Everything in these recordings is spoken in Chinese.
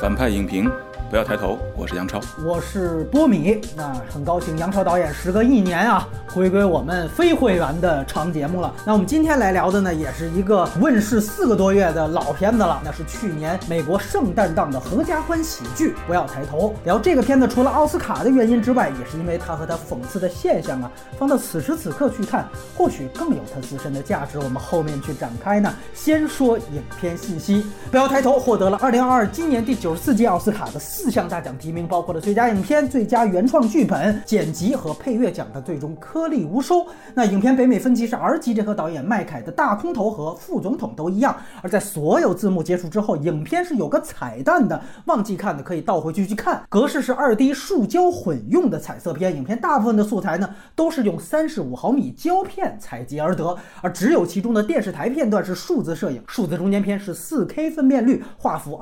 反派影评，不要抬头，我是杨超， 我是波米。那很高兴杨超导演时隔1年回归我们非会员的长节目了。那我们今天来聊的呢，也是一个问世4个多月的老片子了，那是去年美国圣诞档的合家欢喜剧《不要抬头》。聊这个片子，除了奥斯卡的原因之外，也是因为它和它讽刺的现象放到此时此刻去看，或许更有它自身的价值。我们后面去展开呢。先说影片信息，《不要抬头》获得了2022今年第94届奥斯卡的4项大奖提名，包括了最佳影片、最佳原创剧本、剪辑和配乐奖的最终颗粒无收。那影片北美分级是 R 级，这和导演麦凯的大空头和副总统都一样。而在所有字幕结束之后，影片是有个彩蛋的，忘记看的可以倒回去看。格式是2D 塑胶混用的彩色片，影片大部分的素材呢都是用35毫米胶片采集而得，而只有其中的电视台片段是数字摄影，数字中间片是 4K 分辨率，画幅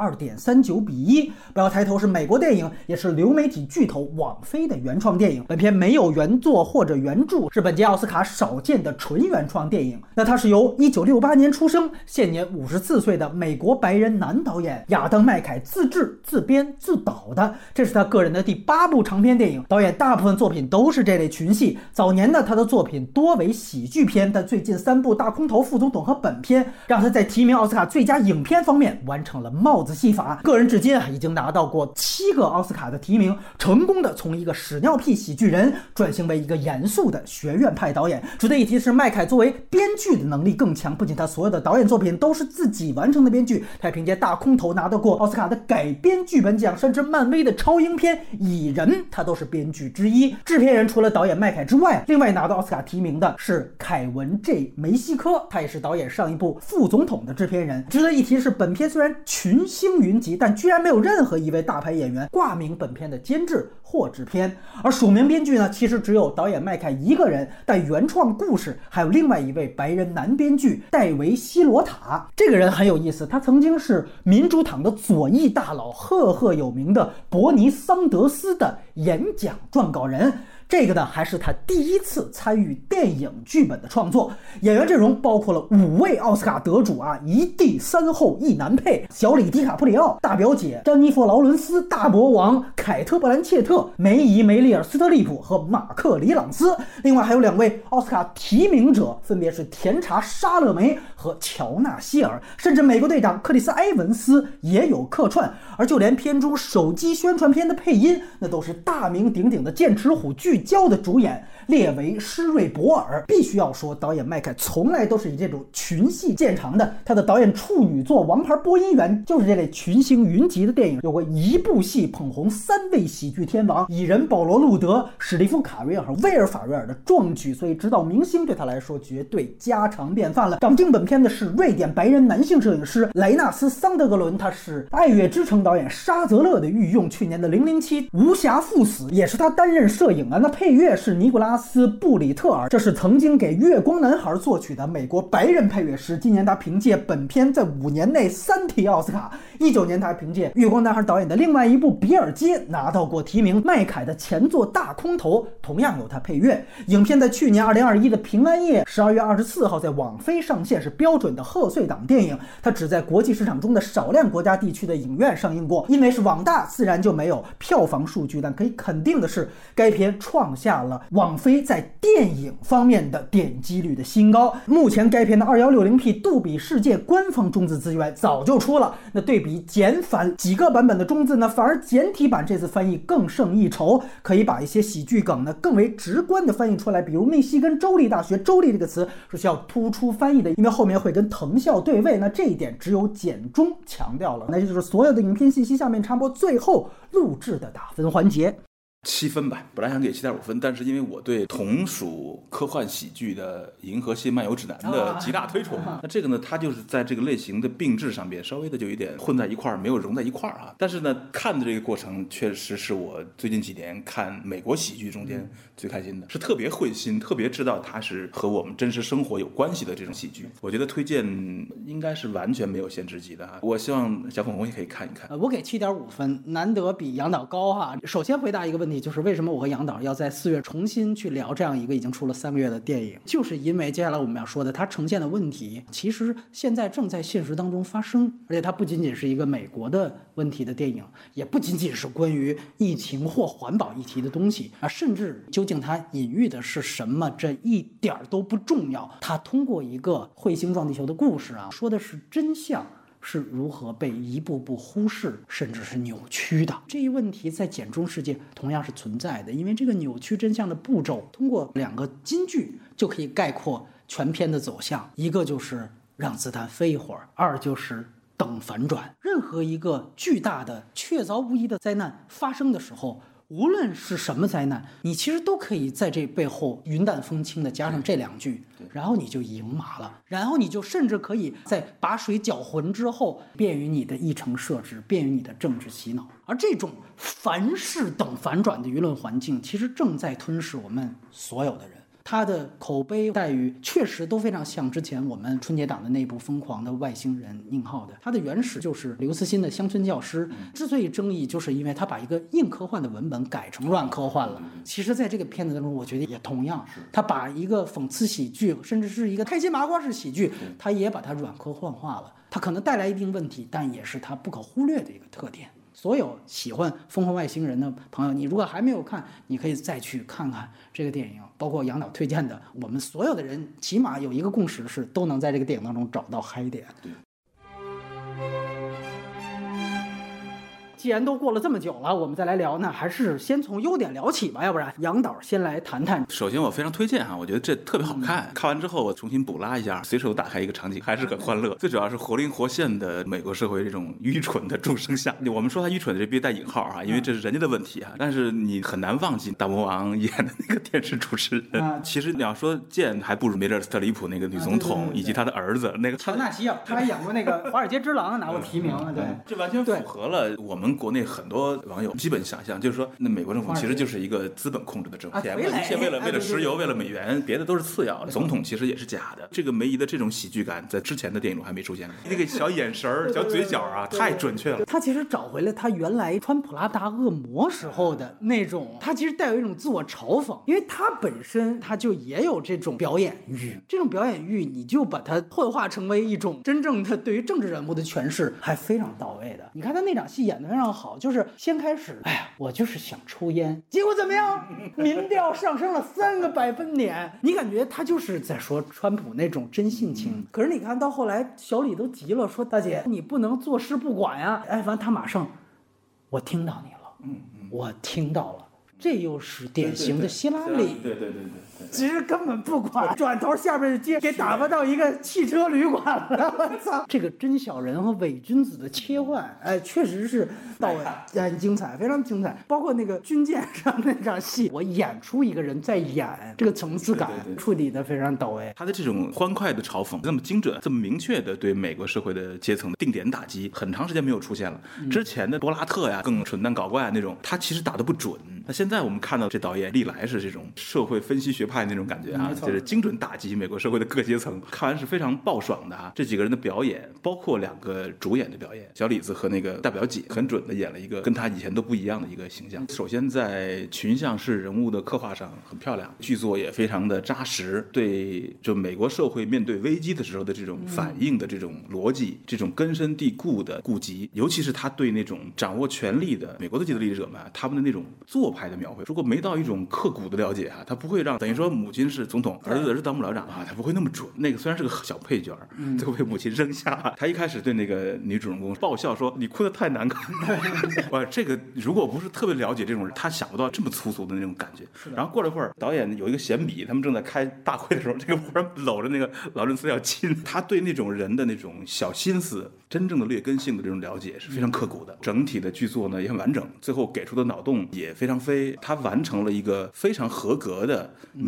2.39:1。不要抬头是美国电影，也是流媒体巨头网飞的原创电影。本片没有原作或者原著，是本届奥斯卡少见的纯原创电影。那它是由1968年出生，现年54岁的美国白人男导演亚当麦凯自制、自编、自导的，这是他个人的第8部长篇电影。导演大部分作品都是这类群戏，早年呢他的作品多为喜剧片，但最近3部大空头、副总统和本片让他在提名奥斯卡最佳影片方面完成了帽子戏法。个人至今已经拿到过7个奥斯卡的提名，成功的从一个屎尿屁喜剧人转型为一个严肃的学院派导演。值得一提是，麦凯作为编剧的能力更强，不仅他所有的导演作品都是自己完成的编剧，他还凭借大空头拿到过奥斯卡的改编剧本奖，甚至漫威的超英片《蚁人》他都是编剧之一。制片人除了导演麦凯之外，另外拿到奥斯卡提名的是凯文 J 梅西科，他也是导演上一部副总统的制片人。值得一提是，本片虽然群星云集，但居然没有任何一位大牌演员挂名本片的监制或制片，而署名编剧呢，其实只有导演麦凯一个人，但原创故事还有另外一位白人男编剧戴维·希罗塔。这个人很有意思，他曾经是民主党的左翼大佬，赫赫有名的伯尼·桑德斯的演讲撰稿人。这个呢，还是他第一次参与电影剧本的创作。演员阵容包括了5位奥斯卡得主一帝3后1男配：小李·迪卡普里奥、大表姐詹妮弗·劳伦斯、大魔王凯特·布兰切特、梅姨·梅丽尔·斯特利普和马克·里朗斯。另外还有2位奥斯卡提名者，分别是甜茶·沙勒梅和乔纳·希尔，甚至美国队长克里斯·埃文斯也有客串。而就连片中手机宣传片的配音，那都是大名鼎鼎的剑齿虎聚焦的主演列维·施瑞博尔。必须要说，导演麦凯从来都是以这种群戏见长的。他的导演处女作《王牌播音员》就是这类群星云集的电影，有过1部戏捧红3位喜剧天王蚁人保罗·路德、史蒂夫·卡瑞尔和威尔·法瑞尔的壮举，所以指导明星对他来说绝对家常便饭了。掌镜本片的是瑞典白人男性摄影师莱纳斯·桑德格伦，他是《爱乐之城》导演沙泽勒的御用，去年的007无暇赴死也是他担任摄影那配乐是尼古拉斯·布里特尔，这是曾经给月光男孩作曲的美国白人配乐师。今年他凭借本片在5年内3提奥斯卡，19年他凭借月光男孩导演的另外一部比尔街拿到过提名。麦凯的前作大空头同样有他配乐。影片在去年2021的平安夜12月24号在网飞上线，是标准的贺岁档电影。它只在国际市场中的少量国家地区的影院上映过，因为是网大，自然就没有票房数据，但可以肯定的是，该片创下了网飞在电影方面的点击率的新高。目前该片的 2160P 杜比世界官方中字资源早就出了，那对比简繁几个版本的中字呢，反而简体版这次翻译更胜一筹，可以把一些喜剧梗呢更为直观的翻译出来。比如密西根州立大学州立这个词是需要突出翻译的，因为后面会跟藤校对位，那这一点只有简中强调了。那就是所有的影片信息下面插播最后录制的打分环节。 7分吧，本来想给7.5分，但是因为我对同属科幻喜剧的《银河系漫游指南》的极大推崇，那这个呢，它就是在这个类型的并置上边稍微的就有一点混在一块儿，没有融在一块儿但是呢，看的这个过程确实是我最近几年看美国喜剧中间最开心的，是特别会心，特别知道它是和我们真实生活有关系的这种喜剧。我觉得推荐应该是完全没有限制级的我希望小粉红也可以看一看。 我给7.5分，难得比杨导高首先回答一个问问题，就是为什么我和杨导要在4月重新去聊这样一个已经出了3个月的电影，就是因为接下来我们要说的它呈现的问题，其实现在正在现实当中发生，而且它不仅仅是一个美国的问题的电影，也不仅仅是关于疫情或环保议题的东西啊，甚至究竟它隐喻的是什么，这一点都不重要。它通过一个彗星撞地球的故事啊，说的是真相是如何被一步步忽视，甚至是扭曲的。这一问题在简中世界同样是存在的，因为这个扭曲真相的步骤，通过2个金句就可以概括全片的走向，一个就是让子弹飞一会儿，2就是等反转。任何一个巨大的确凿无疑的灾难发生的时候，无论是什么灾难，你其实都可以在这背后云淡风轻的加上这2句，然后你就赢麻了，然后你就甚至可以在把水搅浑之后，便于你的议程设置，便于你的政治洗脑。而这种凡事等反转的舆论环境，其实正在吞噬我们所有的人。他的口碑待遇确实都非常像之前我们春节档的那部疯狂的外星人宁浩的。他的原始就是刘慈欣的乡村教师，之所以争议，就是因为他把一个硬科幻的文本改成软科幻了。其实在这个片子当中，我觉得也同样，他把一个讽刺喜剧，甚至是一个开心麻花式喜剧，他也把它软科幻化了。它可能带来一定问题，但也是它不可忽略的一个特点。所有喜欢疯狂外星人的朋友，你如果还没有看，你可以再去看看这个电影，包括杨导推荐的，我们所有的人起码有一个共识，是都能在这个电影当中找到嗨点。 对。 既然都过了这么久了，我们再来聊呢，还是先从优点聊起吧，要不然杨导先来谈谈。 首先我非常推荐哈，我觉得这特别好看，看完之后我重新补拉一下，随手打开一个场景，还是很欢乐。最主要是活灵活现的美国社会这种愚蠢的众生相。我们说他愚蠢的这别带引号啊，因为这是人家的问题啊，但是你很难忘记大魔王演的那个电视主持人。其实你要说贱，还不如梅勒斯特里普那个女总统以及她的儿子那个乔纳西亚，他还演过那个《华尔街之狼》，拿过提名。对， 这完全符合了我们国内很多网友基本想象，就是说那美国政府其实就是一个资本控制的政府，一切为了石油，为了美元，别的都是次要的。总统其实也是假的。这个梅姨的这种喜剧感在之前的电影中还没出现过，那个小眼神儿、小嘴角啊，太准确了。 他其实找回了他原来穿普拉达恶魔时候的那种，他其实带有一种自我嘲讽，因为他本身他就也有这种表演欲，这种表演欲你就把它幻化成为一种真正的对于政治人物的诠释，还非常到位的。你看他那场戏演得非常好，就是先开始，哎呀，我就是想抽烟，结果怎么样？民调上升了3个百分点。你感觉他就是在说川普那种真性情。可是你看到后来，小李都急了，说大姐，你不能坐视不管呀！哎，反正他马上，我听到你了，我听到了。这又是典型的希拉里， 对， 其实根本不管，转头下边就给打发到一个汽车旅馆了。我操，这个真小人和伪君子的切换，哎，确实是到位，很精彩，非常精彩。包括那个军舰上那场戏，我演出一个人在演，这个层次感处理的非常到位。 他的这种欢快的嘲讽，这么精准、这么明确的对美国社会的阶层的定点打击，很长时间没有出现了。之前的多拉特呀，更蠢蛋搞怪那种，他其实打得不准。那现在我们看到这导演历来是这种社会分析学派那种感觉啊，就是精准打击美国社会的各阶层，看完是非常爆爽的啊。这几个人的表演，包括2个主演的表演，小李子和那个大表姐，很准的演了一个跟他以前都不一样的一个形象。首先在群像式人物的刻画上很漂亮，剧作也非常的扎实，对就美国社会面对危机的时候的这种反应的这种逻辑，这种根深蒂固的顾及，尤其是他对那种掌握权力的美国的既得利益者们，他们的那种做派的描绘，如果没到一种刻骨的了解啊，他不会让等于说母亲是总统，儿子是当幕僚长啊，他不会那么准。那个虽然是个小配角，最后被母亲扔下。他一开始对那个女主人公爆笑说：“你哭得太难看。”哇，这个如果不是特别了解这种人，他想不到这么粗俗的那种感觉。然后过了一会儿，导演有一个闲笔，他们正在开大会的时候，这个忽然搂着那个劳伦斯要亲。他对那种人的那种小心思、真正的劣根性的这种了解是非常刻骨的。整体的剧作呢也很完整，最后给出的脑洞也非常飞。他完成了一个非常合格的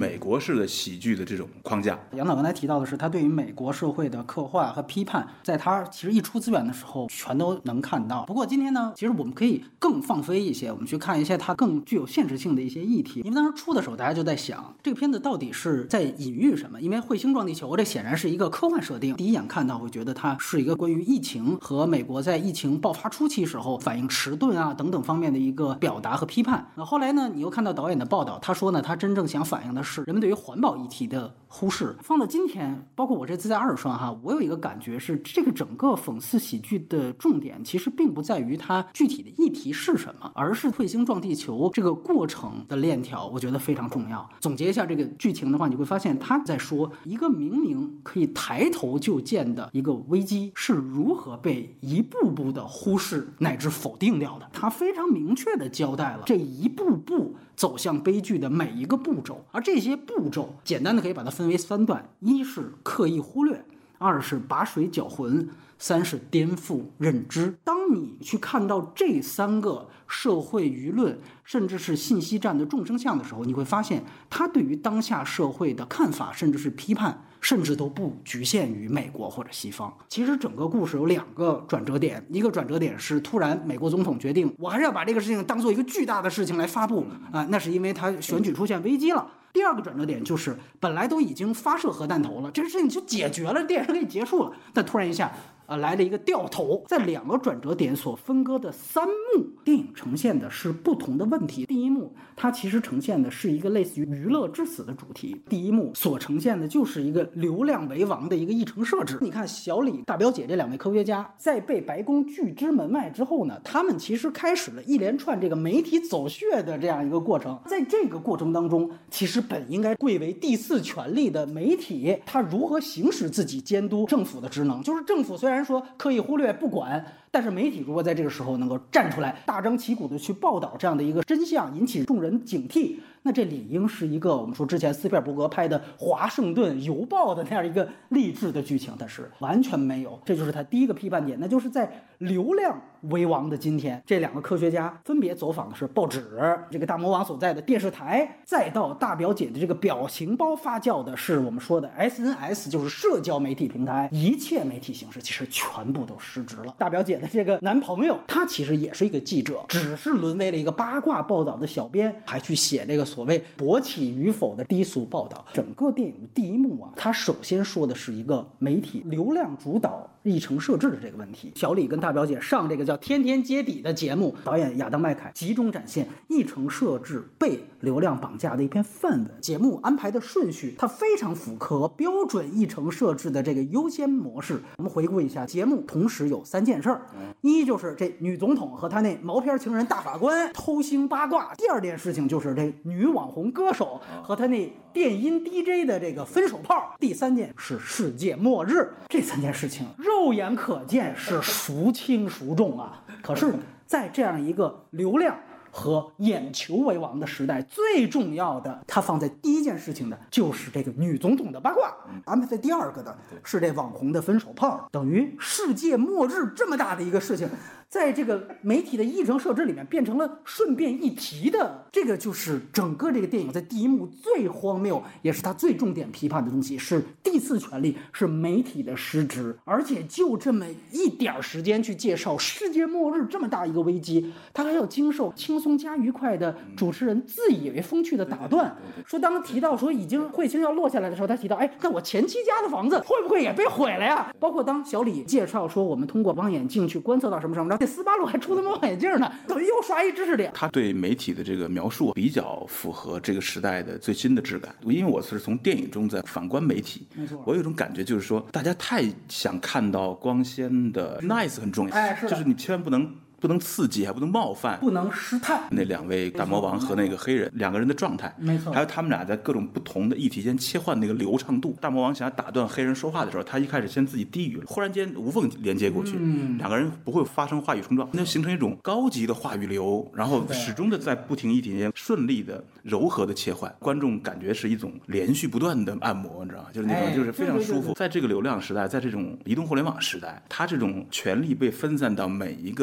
美国式的喜剧的这种框架。 杨导刚才提到的是，他对于美国社会的刻画和批判，在他其实一出资源的时候，全都能看到。不过今天呢，其实我们可以更放飞一些，我们去看一些它更具有现实性的一些议题。因为当时出的时候，大家就在想，这个片子到底是在隐喻什么？因为彗星撞地球，这显然是一个科幻设定。第一眼看到会觉得它是一个关于疫情和美国在疫情爆发初期时候反应迟钝啊等等方面的一个表达和批判。后来呢，你又看到导演的报道，他说呢，他真正想反映的是人们对于环保议题的忽视。放到今天，包括我这次在二刷哈，我有一个感觉是，这个整个讽刺喜剧的重点其实并不在于它具体的议题是什么，而是彗星撞地球这个过程的链条，我觉得非常重要。总结一下这个剧情的话，你会发现他在说一个明明可以抬头就见的一个危机是如何被一步步的忽视乃至否定掉的。他非常明确的交代了这一步步走向悲剧的每一个步骤，而这些步骤简单的可以把它分为3段：一是刻意忽略，二是拔水搅浑，三是颠覆认知。当你去看到这3个社会舆论甚至是信息战的众生相的时候，你会发现他对于当下社会的看法甚至是批判，甚至都不局限于美国或者西方。其实整个故事有2个转折点，一个转折点是突然美国总统决定，我还是要把这个事情当做一个巨大的事情来发布啊，那是因为他选举出现危机了。第二个转折点就是本来都已经发射核弹头了，这个事情就解决了，电影可以结束了，但突然一下来了一个掉头。在2个转折点所分割的3幕，电影呈现的是不同的问题。第一幕它其实呈现的是一个类似于娱乐至死的主题，第一幕所呈现的就是一个流量为王的一个议程设置。你看小李大表姐这2位科学家在被白宫拒之门外之后呢，他们其实开始了一连串这个媒体走穴的这样一个过程。在这个过程当中，其实本应该贵为第4权力的媒体，它如何行使自己监督政府的职能？就是政府虽然说刻意忽略不管，但是媒体如果在这个时候能够站出来，大张旗鼓的去报道这样的一个真相，引起众人警惕，那这理应是一个我们说之前斯皮尔伯格拍的《华盛顿邮报》的那样一个励志的剧情，但是完全没有。这就是他第一个批判点，那就是在流量为王的今天，这2个科学家分别走访的是报纸，这个大魔王所在的电视台，再到大表姐的这个表情包发酵的是我们说的 SNS， 就是社交媒体平台。一切媒体形式其实全部都失职了。大表姐的这个男朋友，他其实也是一个记者，只是沦为了一个八卦报道的小编，还去写这个所谓勃起与否的低俗报道。整个电影的第一幕啊，它首先说的是一个媒体流量主导议程设置的这个问题。小李跟大表姐上这个叫《天天揭底》的节目，导演亚当麦凯集中展现议程设置被流量绑架的一篇范文。节目安排的顺序，它非常符合标准议程设置的这个优先模式。我们回顾一下，节目同时有3件事儿，一就是这女总统和她那毛片情人大法官偷腥八卦，第2件事情就是这女网红歌手和她那电音 DJ 的这个分手炮，第3件是世界末日。这3件事情肉眼可见是孰轻孰重啊，可是在这样一个流量和眼球为王的时代，最重要的它放在第1件事情的就是这个女总统的八卦，安排在第2个的是这网红的分手炮。等于世界末日这么大的一个事情，在这个媒体的议程设置里面变成了顺便一提的。这个就是整个这个电影在第1幕最荒谬，也是它最重点批判的东西，是第4权力，是媒体的失职。而且就这么一点时间去介绍世界末日这么大一个危机，他还要经受轻松加愉快的主持人自以为风趣的打断，说当提到说已经彗星要落下来的时候，他提到那我前妻家的房子会不会也被毁了呀？包括当小李介绍说我们通过望远镜去观测到什么什么，这斯巴鲁还出了望远镜呢，等于又刷一知识点。 他对媒体的这个描述比较符合这个时代的最新的质感，因为我是从电影中在反观媒体， 没错， 我有一种感觉就是说大家太想看到光鲜的 nice 很重要，就是你千万不能刺激，还不能冒犯， 不能失态。 那2位大魔王和那个黑人2个人的状态， 没错， 还有他们俩在各种不同的议题间切换那个流畅度。大魔王想要打断黑人说话的时候，他一开始先自己低语，忽然间无缝连接过去，2个人不会发生话语冲撞，那形成一种高级的话语流，然后始终的在不停议题间顺利的柔和的切换，观众感觉是一种连续不断的按摩，你知道吗？就是那种就是非常舒服。在这个流量时代，在这种移动互联网时代，它这种权力被分散到每一个移动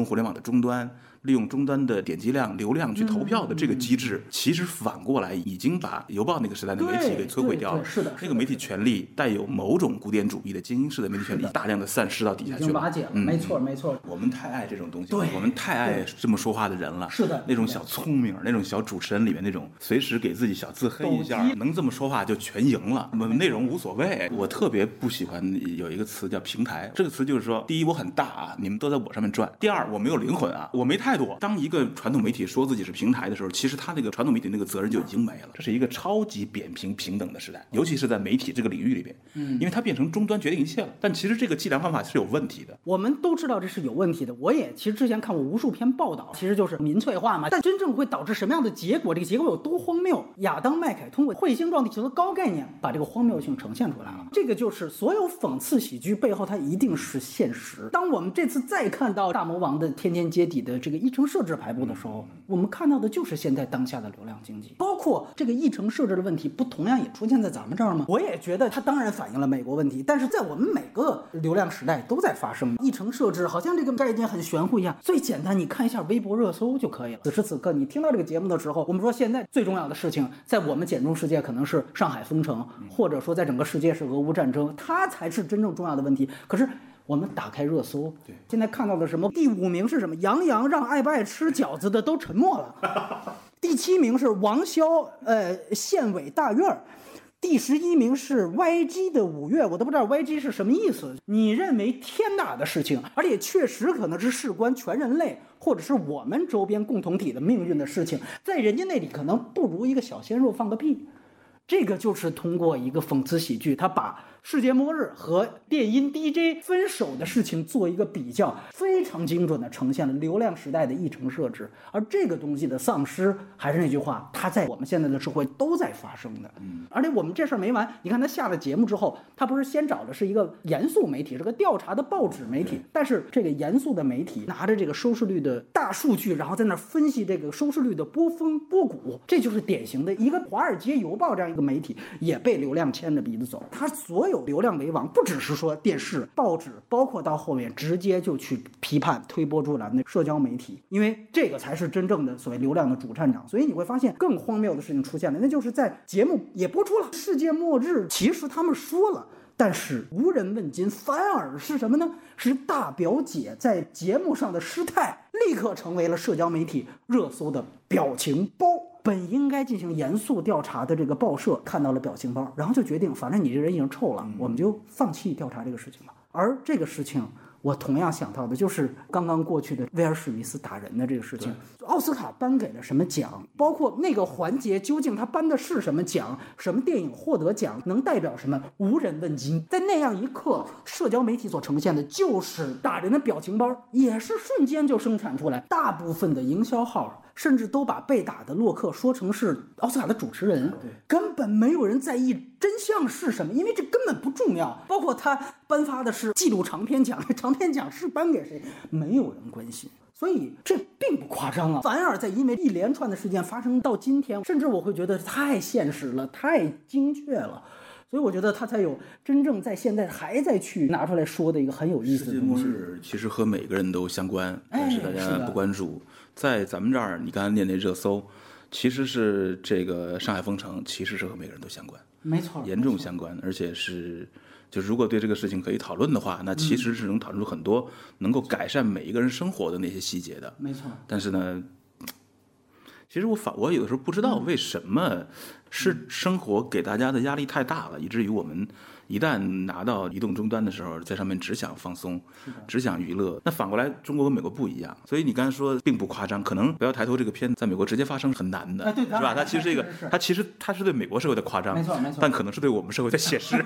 互联网的终端，利用终端的点击量、流量去投票的这个机制，其实反过来已经把邮报那个时代的媒体给摧毁掉了。 是的， 那个媒体权力带有某种古典主义的精英式的媒体权力，大量的散失到底下去了， 已经瓦解了。没错，没错。 我们太爱这种东西了，我们太爱这么说话的人了。 是的， 那种小聪明，那种小主持人里面那种随时给自己小自黑一下，能这么说话就全赢了，内容无所谓。我特别不喜欢有一个词叫平台，这个词就是说，第一我很大啊，你们都在我上面转；第二我没有灵魂啊，我没态度。当一个传统媒体说自己是平台的时候，其实他那个传统媒体那个责任就已经没了。这是一个超级扁平平等的时代，尤其是在媒体这个领域里边，因为它变成终端决定一切了。但其实这个计量方法是有问题的， 我们都知道这是有问题的。我也其实之前看过无数篇报道，其实就是民粹化嘛。但真正会导致什么样的结果？这个结果有多荒谬？亚当麦凯通过彗星撞地球的高概念，把这个荒谬性呈现出来了。这个就是所有讽刺喜剧背后，它一定是现实。当我们这次再看到大魔王的天天揭底的这个议程设置排布的时候，我们看到的就是现在当下的流量经济，包括这个议程设置的问题，不同样也出现在咱们这儿吗？我也觉得它当然反映了美国问题，但是在我们每个流量时代都在发生。议程设置好像这个概念很玄乎一样，最简单，你看一下微博热搜就可以了。此时此刻，你听到这个节目的时候，我们说现在最重要的事情，在我们简中世界可能是上海封城，或者说在整个世界是俄乌战争，它才是真正重要的问题。可是我们打开热搜，现在看到的什么？第5名是什么？杨洋让爱不爱吃饺子的都沉默了。第7名是王骁，县委大院。第11名是 YG 的5月，我都不知道 YG 是什么意思。你认为天大的事情，而且确实可能是事关全人类或者是我们周边共同体的命运的事情，在人家那里可能不如一个小鲜肉放个屁。这个就是通过一个讽刺喜剧，他把世界末日和电音 DJ 分手的事情做一个比较，非常精准地呈现了流量时代的议程设置。而这个东西的丧失，还是那句话，它在我们现在的社会都在发生的。而且我们这事儿没完，你看他下了节目之后，他不是先找的是一个严肃媒体，是个调查的报纸媒体，但是这个严肃的媒体拿着这个收视率的大数据，然后在那分析这个收视率的波峰波谷，这就是典型的一个华尔街邮报这样一个媒体也被流量牵着鼻子走。他所有流量为王，不只是说电视、报纸，包括到后面直接就去批判推波助澜的社交媒体，因为这个才是真正的所谓流量的主战场。所以你会发现更荒谬的事情出现了，那就是在节目也播出了世界末日，其实他们说了，但是无人问津，反而是什么呢？是大表姐在节目上的失态，立刻成为了社交媒体热搜的表情包。本应该进行严肃调查的这个报社看到了表情包，然后就决定，反正你这人已经臭了，我们就放弃调查这个事情了。而这个事情，我同样想到的就是刚刚过去的威尔史密斯打人的这个事情，奥斯卡颁给了什么奖，包括那个环节究竟他颁的是什么奖，什么电影获得奖，能代表什么，无人问津。在那样一刻，社交媒体所呈现的就是打人的表情包，也是瞬间就生产出来。大部分的营销号甚至都把被打的洛克说成是奥斯卡的主持人，根本没有人在意真相是什么，因为这根本不重要。包括他颁发的是纪录长篇奖，长篇奖是颁给谁，没有人关心。所以这并不夸张啊，反而在因为一连串的事件发生到今天，甚至我会觉得太现实了，太精确了。所以我觉得他才有真正在现在还在去拿出来说的一个很有意思的东西。 世界末日其实和每个人都相关，但是大家不关注。在咱们这儿，你刚才念那热搜，其实是这个上海封城，其实是和每个人都相关， 没错， 严重相关，而且是。就如果对这个事情可以讨论的话，那其实是能讨论出很多能够改善每一个人生活的那些细节的。 没错。但是呢，其实我有的时候不知道为什么是生活给大家的压力太大了，以至于我们一旦拿到移动终端的时候，在上面只想放松，只想娱乐。那反过来，中国和美国不一样，所以你刚才说并不夸张，可能不要抬头这个片在美国直接发生很难的， 是吧？它其实是一个，它是对美国社会的夸张， 没错， 但可能是对我们社会的写实。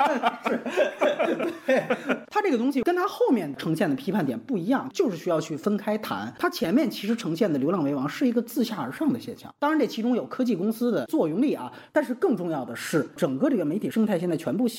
他这个东西跟他后面呈现的批判点不一样，就是需要去分开谈。他前面其实呈现的流量为王是一个自下而上的现象，当然这其中有科技公司的作用力啊，但是更重要的是整个这个媒体生态现在全部下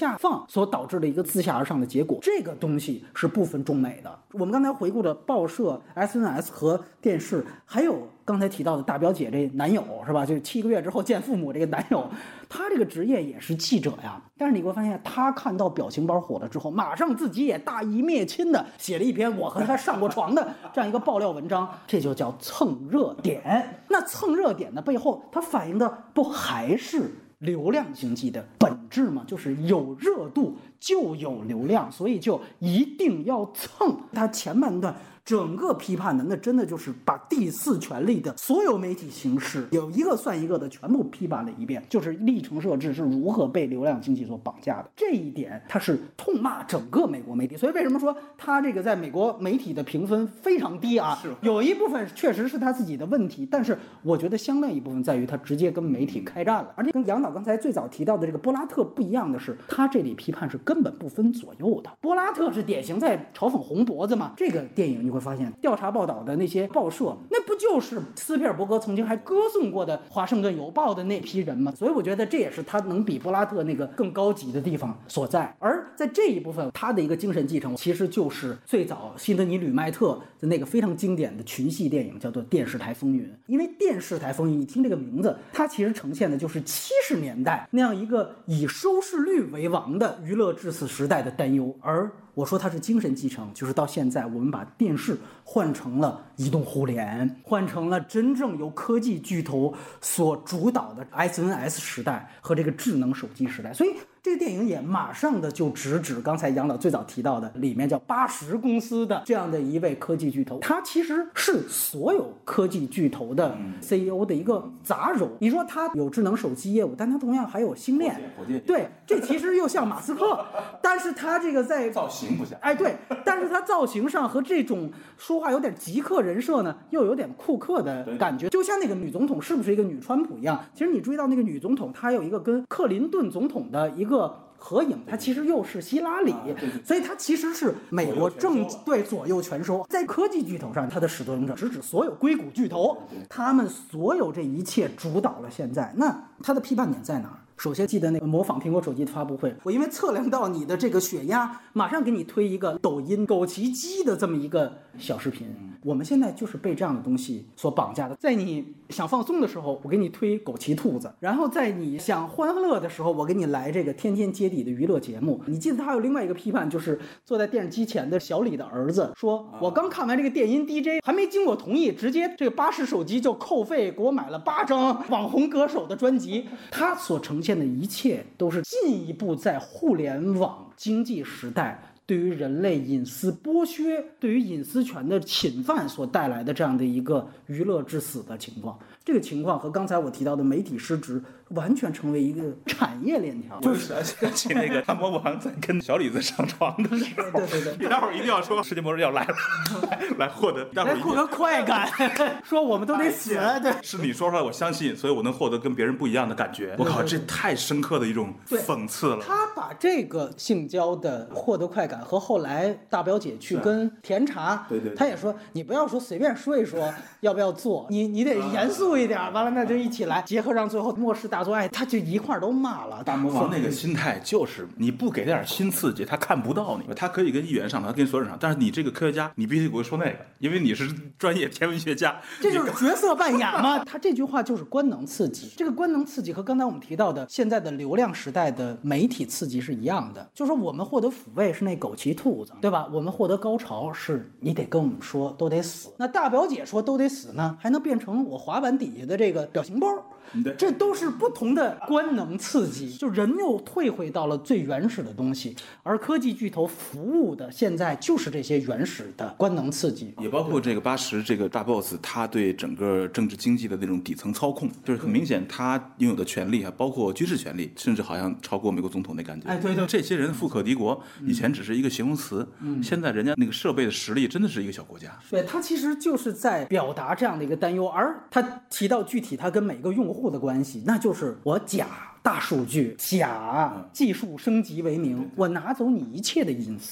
下放所导致的一个自下而上的结果。这个东西是不分中美的。我们刚才回顾的报社、SNS 和电视，还有刚才提到的大表姐这男友是吧？就是7个月之后见父母这个男友，他这个职业也是记者呀。但是你会发现，他看到表情包火了之后，马上自己也大义灭亲的写了一篇我和他上过床的这样一个爆料文章，这就叫蹭热点。那蹭热点的背后，它反映的不还是流量经济的本质吗？就是有热度就有流量，所以就一定要蹭。它前半段整个批判的，那真的就是把第四权力的所有媒体形式有一个算一个的全部批判了一遍，就是历城设置是如何被流量经济所绑架的。这一点他是痛骂整个美国媒体。所以为什么说他这个在美国媒体的评分非常低啊？有一部分确实是他自己的问题，但是我觉得相当一部分在于他直接跟媒体开战了。而且跟杨导刚才最早提到的这个波拉特不一样的是，他这里批判是根本不分左右的。波拉特是典型在嘲讽红脖子嘛，这个电影你会发现调查报道的那些报社，那不就是斯皮尔伯格曾经还歌颂过的华盛顿邮报的那批人吗？所以我觉得这也是他能比波拉特那个更高级的地方所在。而在这一部分，他的一个精神继承其实就是最早辛德尼·吕麦特的那个非常经典的群戏电影，叫做《电视台风云》。因为电视台风云，你听这个名字，它其实呈现的就是70年代那样一个以收视率为王的娱乐至死时代的担忧。而我说它是精神继承，就是到现在我们把电视换成了移动互联，换成了真正由科技巨头所主导的 SNS 时代和这个智能手机时代。所以这个电影也马上的就直指刚才杨导最早提到的里面叫80公司的这样的一位科技巨头，他其实是所有科技巨头的 CEO 的一个杂糅。你说他有智能手机业务，但他同样还有星链，对，这其实又像马斯克，但是他这个在造型不像， 哎对，但是他造型上和这种说话有点极客人设呢，又有点库克的感觉，就像那个女总统是不是一个女川普一样。其实你注意到那个女总统，她有一个跟克林顿总统的一个合影，它其实又是希拉里，所以它其实是美国政对左右全收。在科技巨头上，它的始作俑者直指所有硅谷巨头，他们所有这一切主导了现在。那它的批判点在哪儿？首先记得那个模仿苹果手机的发布会，我因为测量到你的这个血压，马上给你推一个抖音枸杞鸡的这么一个小视频。我们现在就是被这样的东西所绑架的，在你想放松的时候，我给你推枸杞兔子，然后在你想欢乐的时候，我给你来这个天天接地的娱乐节目。你记得他还有另外一个批判，就是坐在电视机前的小李的儿子说，我刚看完这个电音 DJ， 还没经过同意，直接这个巴士手机就扣费给我买了8张网红歌手的专辑。他所呈现的一切都是进一步在互联网经济时代对于人类隐私剥削、对于隐私权的侵犯所带来的这样的一个娱乐至死的情况。这个情况和刚才我提到的媒体失职完全成为一个产业链条。 就是想起那个他魔王在跟小李子上床的时候， 对， 你待会儿一定要说世界末日要来了，来获得， 来获得快感，说我们都得死。对， 是你说出来我相信，所以我能获得跟别人不一样的感觉。我靠，这太深刻的一种讽刺了。 他把这个性交的获得快感和后来大表姐去跟甜茶， 对， 他也说你不要说随便说一说要不要做，你得严肃一点。完了那就一起来结合上，最后末世大作爱，他就一块都骂了。 大魔王那个心态就是你不给点新刺激，他看不到你。他可以跟议员上，他跟所有人上，但是你这个科学家，你必须给我说那个，因为你是专业天文学家。 这就是角色扮演嘛。他这句话就是官能刺激。这个官能刺激和刚才我们提到的现在的流量时代的媒体刺激是一样的，就是说我们获得抚慰是那枸杞兔子，对吧？我们获得高潮是你得跟我们说都得死。那大表姐说都得死呢，还能变成我滑板底下的这个表情包，这都是不同的官能刺激。就人又退回到了最原始的东西，而科技巨头服务的现在就是这些原始的官能刺激， 也包括这个80这个大 boss 他对整个政治经济的那种底层操控，就是很明显他拥有的权利还包括军事权利，甚至好像超过美国总统那感觉。 哎，对， 这些人富可敌国，以前只是一个形容词，现在人家那个设备的实力真的是一个小国家。 对，他其实就是在表达这样的一个担忧，而他提到具体他跟每个用户的关系，那就是我假大数据、假技术升级为名，我拿走你一切的隐私，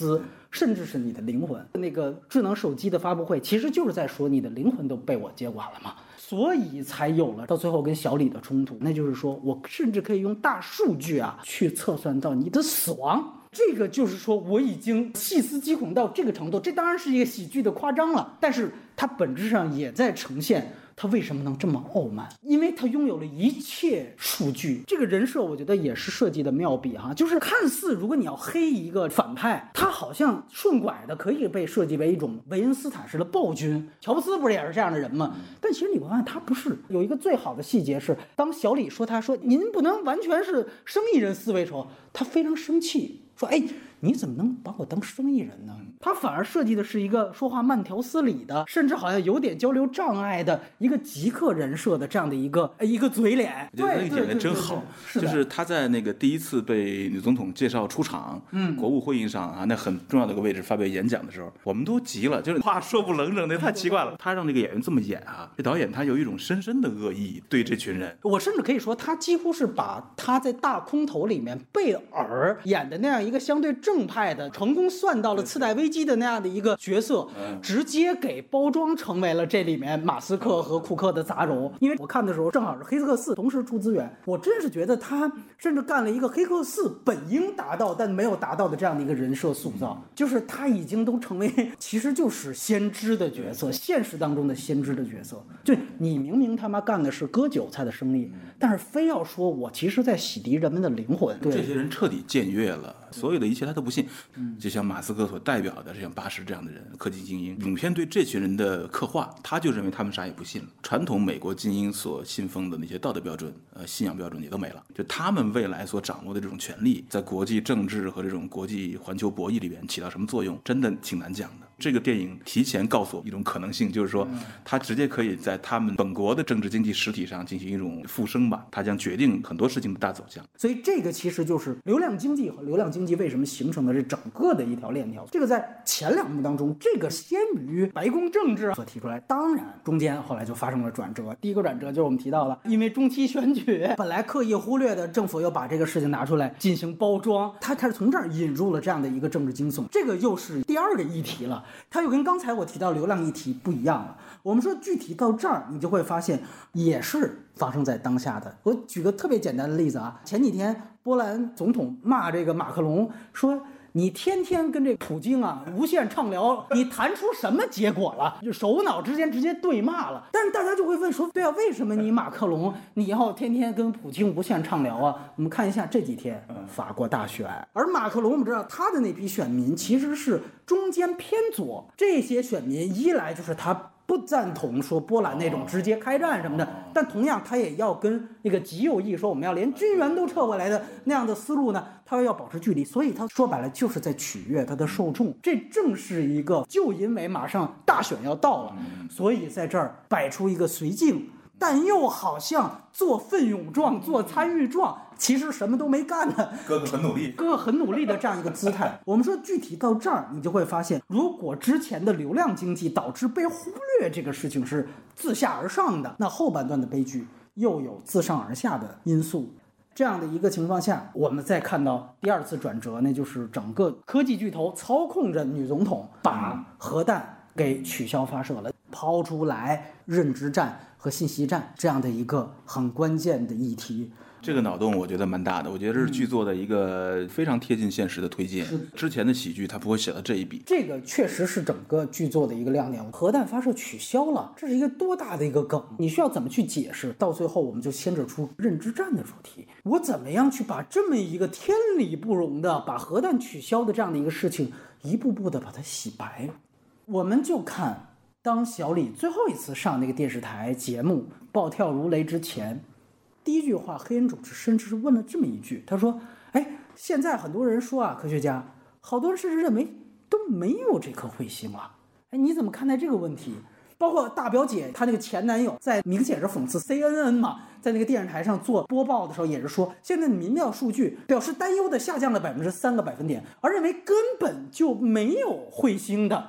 甚至是你的灵魂。那个智能手机的发布会其实就是在说你的灵魂都被我接管了嘛，所以才有了到最后跟小李的冲突。那就是说我甚至可以用大数据去测算到你的死亡。这个就是说我已经细思极恐到这个程度，这当然是一个喜剧的夸张了，但是它本质上也在呈现他为什么能这么傲慢，因为他拥有了一切数据。这个人设我觉得也是设计的妙笔就是看似如果你要黑一个反派，他好像顺拐的可以被设计为一种维恩斯坦式的暴君，乔布斯不是也是这样的人吗？但其实你会发现他不是。有一个最好的细节是，当小李说他说您不能完全是生意人思维时候，他非常生气，说你怎么能把我当生意人呢？他反而设计的是一个说话慢条斯理的，甚至好像有点交流障碍的一个极客人设的这样的一个嘴脸。 我觉得那个演员真好，就是他在那个第一次被女总统介绍出场，国务会议上那很重要的一个位置发表演讲的时候，我们都急了，就是话说不棱整的，太奇怪了。他让这个演员这么演这导演他有一种深深的恶意对这群人。 我甚至可以说，他几乎是把他在大空头里面贝尔演的那样一个相对正派的，成功算到了次贷危机的那样的一个角色，直接给包装成为了这里面马斯克和库克的杂糅。因为我看的时候正好是黑客4同时出资源，我真是觉得他甚至干了一个黑客4本应达到但没有达到的这样的一个人设塑造，就是他已经都成为其实就是先知的角色，现实当中的先知的角色。就你明明他妈干的是割韭菜的生意，但是非要说我其实在洗涤人们的灵魂。对， 这些人彻底僭越了，所有的一切他都不信。就像马斯克所代表的像巴什这样的人，科技精英，影片对这群人的刻画，他就认为他们啥也不信了。传统美国精英所信奉的那些道德标准、信仰标准也都没了。就他们未来所掌握的这种权利，在国际政治和这种国际环球博弈里边起到什么作用，真的挺难讲的。这个电影提前告诉我一种可能性，就是说它直接可以在他们本国的政治经济实体上进行一种复生吧，它将决定很多事情的大走向。 所以这个其实就是流量经济和流量经济为什么形成的这整个的一条链条。这个在前2幕当中，这个先于白宫政治所提出来，当然中间后来就发生了转折。第一个转折就是我们提到了，因为中期选举本来刻意忽略的，政府又把这个事情拿出来进行包装，他开始从这儿引入了这样的一个政治惊悚。这个又是第2个议题了，它又跟刚才我提到流量议题不一样了。我们说具体到这儿，你就会发现也是发生在当下的。我举个特别简单的例子前几天波兰总统骂这个马克龙，说你天天跟这普京无限畅聊，你谈出什么结果了？就首脑之间直接对骂了。但是大家就会问说，对为什么你马克龙你要天天跟普京无限畅聊我们看一下这几天法国大选，而马克龙我们知道他的那批选民其实是中间偏左，这些选民一来就是他不赞同说波兰那种直接开战什么的，但同样他也要跟那个极右翼说我们要连军援都撤回来的那样的思路呢，他要保持距离。所以他说白了就是在取悦他的受众。这正是一个就因为马上大选要到了，所以在这儿摆出一个绥靖但又好像做奋勇状、做参与状，其实什么都没干的， 哥哥很努力的这样一个姿态。我们说具体到这儿，你就会发现，如果之前的流量经济导致被忽略这个事情是自下而上的，那后半段的悲剧又有自上而下的因素。这样的一个情况下，我们再看到第2次转折，那就是整个科技巨头操控着女总统把核弹给取消发射了，抛出来认知战和信息战这样的一个很关键的议题。 这个脑洞我觉得蛮大的，我觉得这是剧作的一个非常贴近现实的推进。之前的喜剧它不会写到这一笔， 这个确实是整个剧作的一个亮点。核弹发射取消了，这是一个多大的一个梗，你需要怎么去解释？到最后我们就牵扯出认知战的主题，我怎么样去把这么一个天理不容的把核弹取消的这样的一个事情一步步的把它洗白。我们就看当小李最后一次上那个电视台节目暴跳如雷之前，第一句话黑人主持甚至是问了这么一句，他说现在很多人说科学家好多人甚至认为都没有这颗彗星了，你怎么看待这个问题？包括大表姐她那个前男友在明显是讽刺 CNN 嘛，在那个电视台上做播报的时候也是说，现在的民调数据表示担忧的下降了3个百分点，而认为根本就没有彗星的。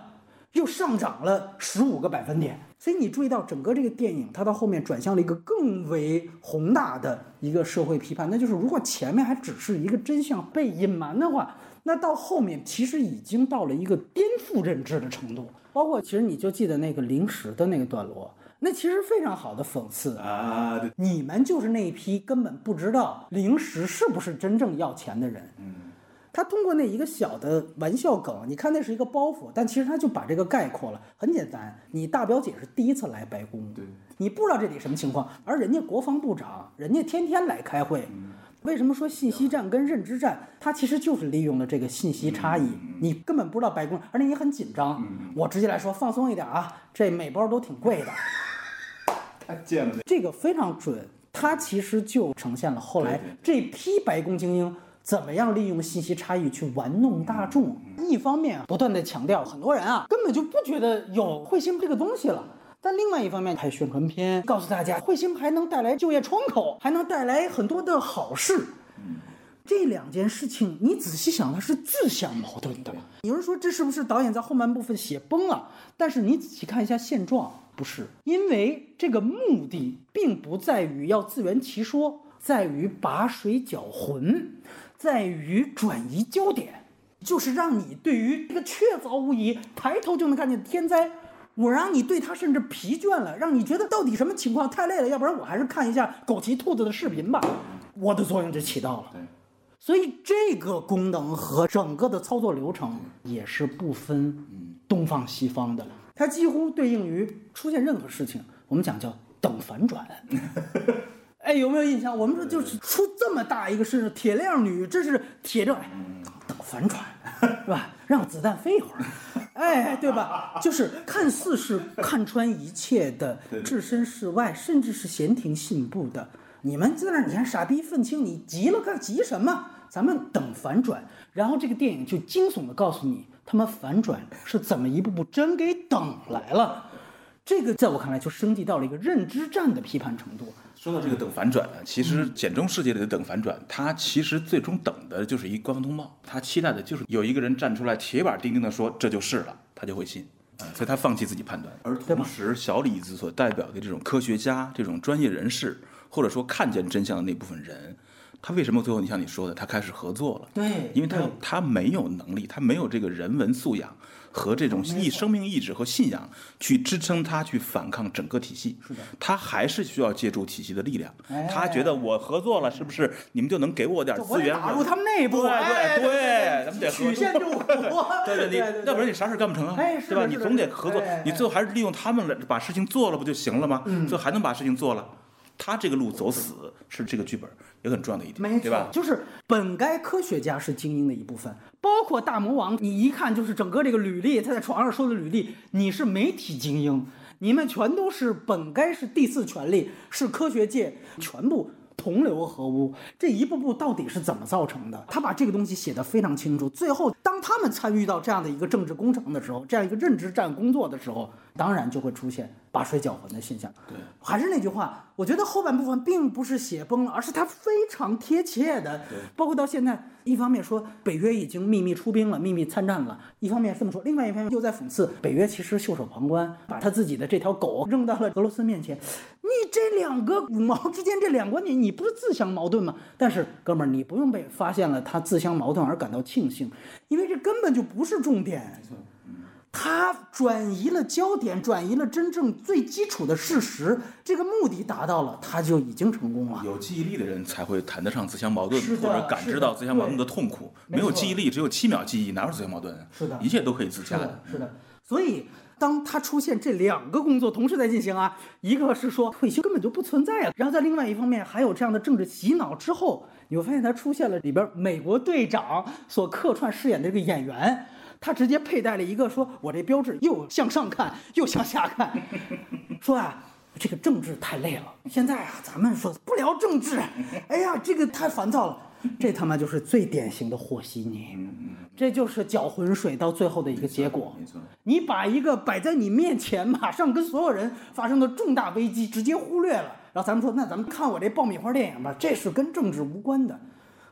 又上涨了15个百分点。所以你注意到整个这个电影，它到后面转向了一个更为宏大的一个社会批判，那就是如果前面还只是一个真相被隐瞒的话，那到后面其实已经到了一个颠覆认知的程度。包括其实你就记得那个零食的那个段落，那其实非常好的讽刺啊，对， 你们就是那一批根本不知道零食是不是真正要钱的人。他通过那一个小的玩笑梗，你看那是一个包袱，但其实他就把这个概括了。很简单，你大表姐是第一次来白宫， 对， 你不知道这里什么情况，而人家国防部长，人家天天来开会。为什么说信息战跟认知战，它其实就是利用了这个信息差异，你根本不知道白宫，而且你很紧张。我直接来说，放松一点啊，这每包都挺贵的。 太贱了， 这个非常准，它其实就呈现了后来这批白宫精英怎么样利用信息差异去玩弄大众。一方面不断的强调，很多人啊根本就不觉得有彗星这个东西了。但另外一方面拍宣传片，告诉大家彗星还能带来就业窗口，还能带来很多的好事。这两件事情你仔细想，它是自相矛盾的。有人说这是不是导演在后半部分写崩了？但是你仔细看一下现状，不是，因为这个目的并不在于要自圆其说，在于拔水搅浑，在于转移焦点，就是让你对于这个确凿无疑、抬头就能看见的天灾，我让你对它甚至疲倦了，让你觉得到底什么情况，太累了，要不然我还是看一下枸杞兔子的视频吧。我的作用就起到了。所以这个功能和整个的操作流程也是不分东方西方的，它几乎对应于出现任何事情，我们讲叫等反转。哎，有没有印象？我们说就是出这么大一个事，铁链女，这是铁证，等反转，是吧？让子弹飞一会儿，哎，对吧？就是看似是看穿一切的，置身事外，甚至是闲庭信步的。你们在那儿，你看傻逼愤青，你急了干急什么？咱们等反转，然后这个电影就惊悚的告诉你，他们反转是怎么一步步真给等来了。这个在我看来就升级到了一个认知战的批判程度。 说到这个等反转呢，其实简中世界里的等反转，它其实最终等的就是一官方通报，他期待的就是有一个人站出来铁板钉钉的说这就是了，他就会信。所以他放弃自己判断，而同时小李子所代表的这种科学家、这种专业人士，或者说看见真相的那部分人，他为什么最后你像你说的，他开始合作了？ 对， 因为他没有能力，他没有这个人文素养和这种生命意志和信仰去支撑他去反抗整个体系。 是的， 他还是需要借助体系的力量。他觉得我合作了，是不是你们就能给我点资源？ 打入他们内部， 对，咱们得曲线救国。 对，要不然你啥事干不成啊？对吧？你总得合作，你最后还是利用他们来把事情做了不就行了吗？最后还能把事情做了。他这个路走死是这个剧本也很重要的一点，对吧？ 就是本该科学家是精英的一部分，包括大魔王，你一看就是整个这个履历，他在床上说的履历，你是媒体精英，你们全都是本该是第四权力，是科学界全部同流合污，这一步步到底是怎么造成的？他把这个东西写得非常清楚。最后，当他们参与到这样的一个政治工程的时候，这样一个认知战工作的时候，当然就会出现拔水搅浑的现象。 对， 还是那句话，我觉得后半部分并不是写崩了，而是它非常贴切的。包括到现在，一方面说北约已经秘密出兵了，秘密参战了，一方面这么说，另外一方面又在讽刺北约其实袖手旁观，把他自己的这条狗扔到了俄罗斯面前。你这两个五毛之间这两个观点，你不是自相矛盾吗？但是哥们儿，你不用被发现了他自相矛盾而感到庆幸，因为这根本就不是重点。他转移了焦点，转移了真正最基础的事实，这个目的达到了，他就已经成功了。 有记忆力的人才会谈得上自相矛盾，或者感知到自相矛盾的痛苦。没有记忆力，只有7秒记忆，哪有自相矛盾？ 是的， 一切都可以自洽的。 是的，所以当他出现这两个工作同时在进行啊，一个是说彗星根本就不存在啊，然后在另外一方面还有这样的政治洗脑之后，你会发现他出现了里边美国队长所客串饰演的这个演员。他直接佩戴了一个说我这标志又向上看又向下看，说啊这个政治太累了，现在啊咱们说不聊政治，哎呀这个太烦躁了，这他妈就是最典型的和稀泥，这就是搅浑水到最后的一个结果。 没错， 你把一个摆在你面前马上跟所有人发生的重大危机直接忽略了，然后咱们说那咱们看我这爆米花电影吧，这是跟政治无关的。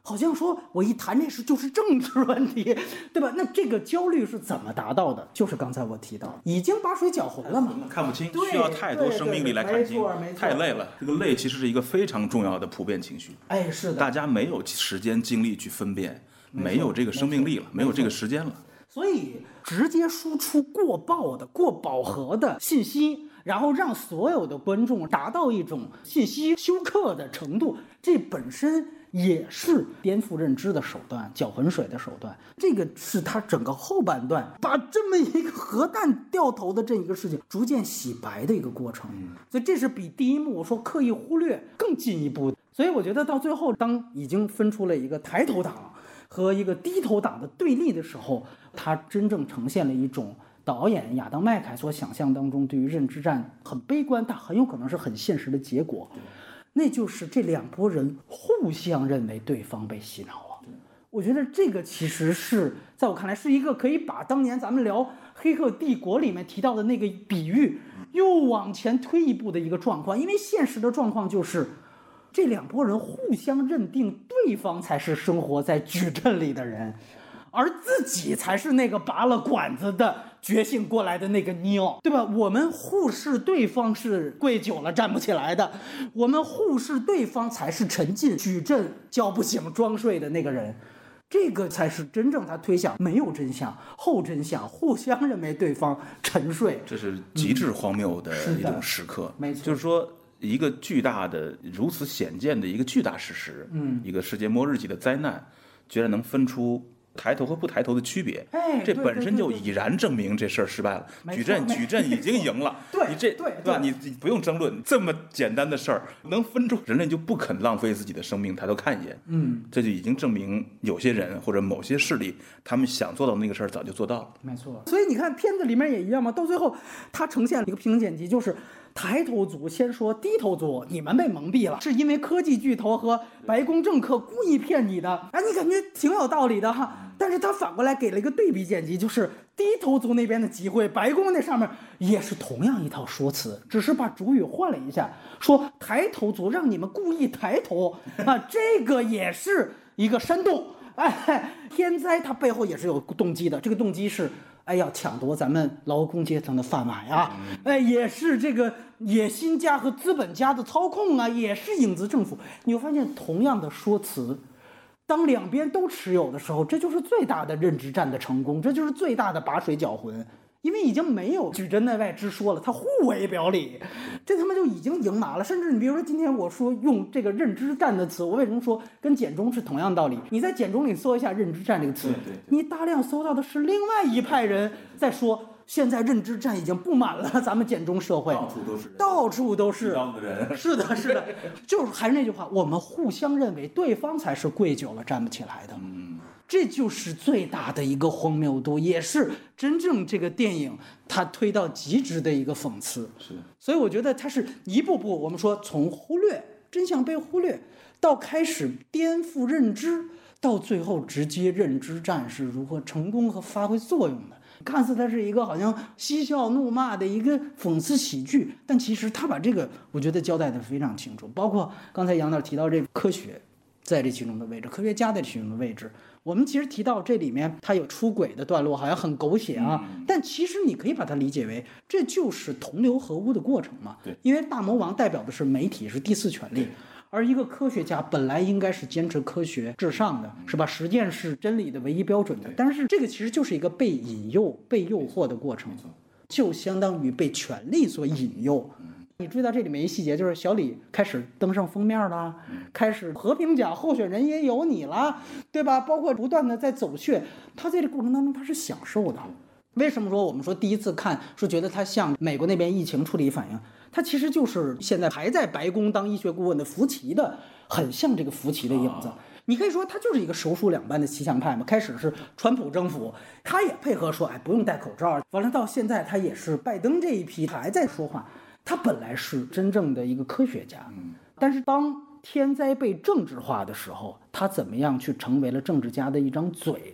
好像说我一谈这事就是政治问题，对吧？那这个焦虑是怎么达到的？就是刚才我提到，已经把水搅浑了嘛， 看不清，需要太多生命力来看清，太累了。这个累其实是一个非常重要的普遍情绪。 哎，是的， 大家没有时间精力去分辨，没有这个生命力了，没有这个时间了。 所以直接输出过爆的、过饱和的信息，然后让所有的观众达到一种信息休克的程度，这本身也是颠覆认知的手段，搅浑水的手段。这个是他整个后半段把这么一个核弹掉头的这一个事情逐渐洗白的一个过程。所以这是比第一幕说刻意忽略更进一步的。所以我觉得到最后，当已经分出了一个抬头党和一个低头党的对立的时候，它真正呈现了一种导演亚当麦凯所想象当中对于认知战很悲观但很有可能是很现实的结果，那就是这两拨人互相认为对方被洗脑了。我觉得这个其实是在我看来是一个可以把当年咱们聊《黑客帝国》里面提到的那个比喻又往前推一步的一个状况。因为现实的状况就是这两拨人互相认定对方才是生活在矩阵里的人，而自己才是那个拔了管子的觉醒过来的那个尼奥，对吧？我们忽视对方是跪久了站不起来的，我们忽视对方才是沉浸矩阵叫不醒装睡的那个人。这个才是真正他推向没有真相、后真相，互相认为对方沉睡， 这是极致荒谬的一种时刻。 没错， 就是说一个巨大的、如此显见的一个巨大事实，一个世界末日级的灾难，居然能分出抬头和不抬头的区别，这本身就已然证明这事儿失败了。矩阵已经赢了， 对你这对吧？你不用争论，这么简单的事儿能分出，人类就不肯浪费自己的生命抬头看一眼。这就已经证明有些人或者某些势力，他们想做到那个事儿早就做到了。 没错，所以你看片子里面也一样嘛，到最后它呈现了一个平行剪辑，就是抬头族先说低头族，你们被蒙蔽了，是因为科技巨头和白宫政客故意骗你的啊，你感觉挺有道理的哈。但是他反过来给了一个对比剪辑，就是低头族那边的集会，白宫那上面也是同样一套说辞，只是把主语换了一下，说抬头族让你们故意抬头啊，这个也是一个煽动。哎，天灾它背后也是有动机的，这个动机是要抢夺咱们劳工阶层的饭碗呀，也是这个野心家和资本家的操控啊，也是影子政府。你会发现同样的说辞，当两边都持有的时候，这就是最大的认知战的成功，这就是最大的把水搅浑。因为已经没有矩阵内外之说了，它互为表里，这他妈就已经赢麻了。甚至你比如说今天我说用这个认知战的词，我为什么说跟简中是同样道理？你在简中里搜一下认知战这个词，你大量搜到的是另外一派人在说现在认知战已经布满了咱们简中社会， 到处都是， 到处都是人。 是的，是的，就是还是那句话，我们互相认为对方才是跪久了站不起来的。这就是最大的一个荒谬度，也是真正这个电影它推到极致的一个讽刺。 是， 所以我觉得它是一步步，我们说从忽略真相被忽略，到开始颠覆认知，到最后直接认知战是如何成功和发挥作用的。看似它是一个好像嬉笑怒骂的一个讽刺喜剧，但其实他把这个我觉得交代的非常清楚。包括刚才杨导提到这个科学在这其中的位置，科学家在其中的位置，我们其实提到这里面它有出轨的段落，好像很狗血啊，但其实你可以把它理解为这就是同流合污的过程嘛。 对， 因为大魔王代表的是媒体，是第四权力，而一个科学家本来应该是坚持科学至上的，是吧？实践是真理的唯一标准的，但是这个其实就是一个被引诱、被诱惑的过程，就相当于被权力所引诱。你注意到这里面一细节，就是小李开始登上封面了，开始和平奖候选人也有你了，对吧？包括不断的在走穴，他在这过程当中他是享受的。为什么说我们说第一次看是觉得他像美国那边疫情处理反应？他其实就是现在还在白宫当医学顾问的福奇的，很像这个福奇的影子。你可以说他就是一个首鼠两班的骑墙派嘛。开始是川普政府，他也配合说，不用戴口罩。完了到现在他也是拜登这一批还在说话。他本来是真正的一个科学家，但是当天灾被政治化的时候，他怎么样去成为了政治家的一张嘴？他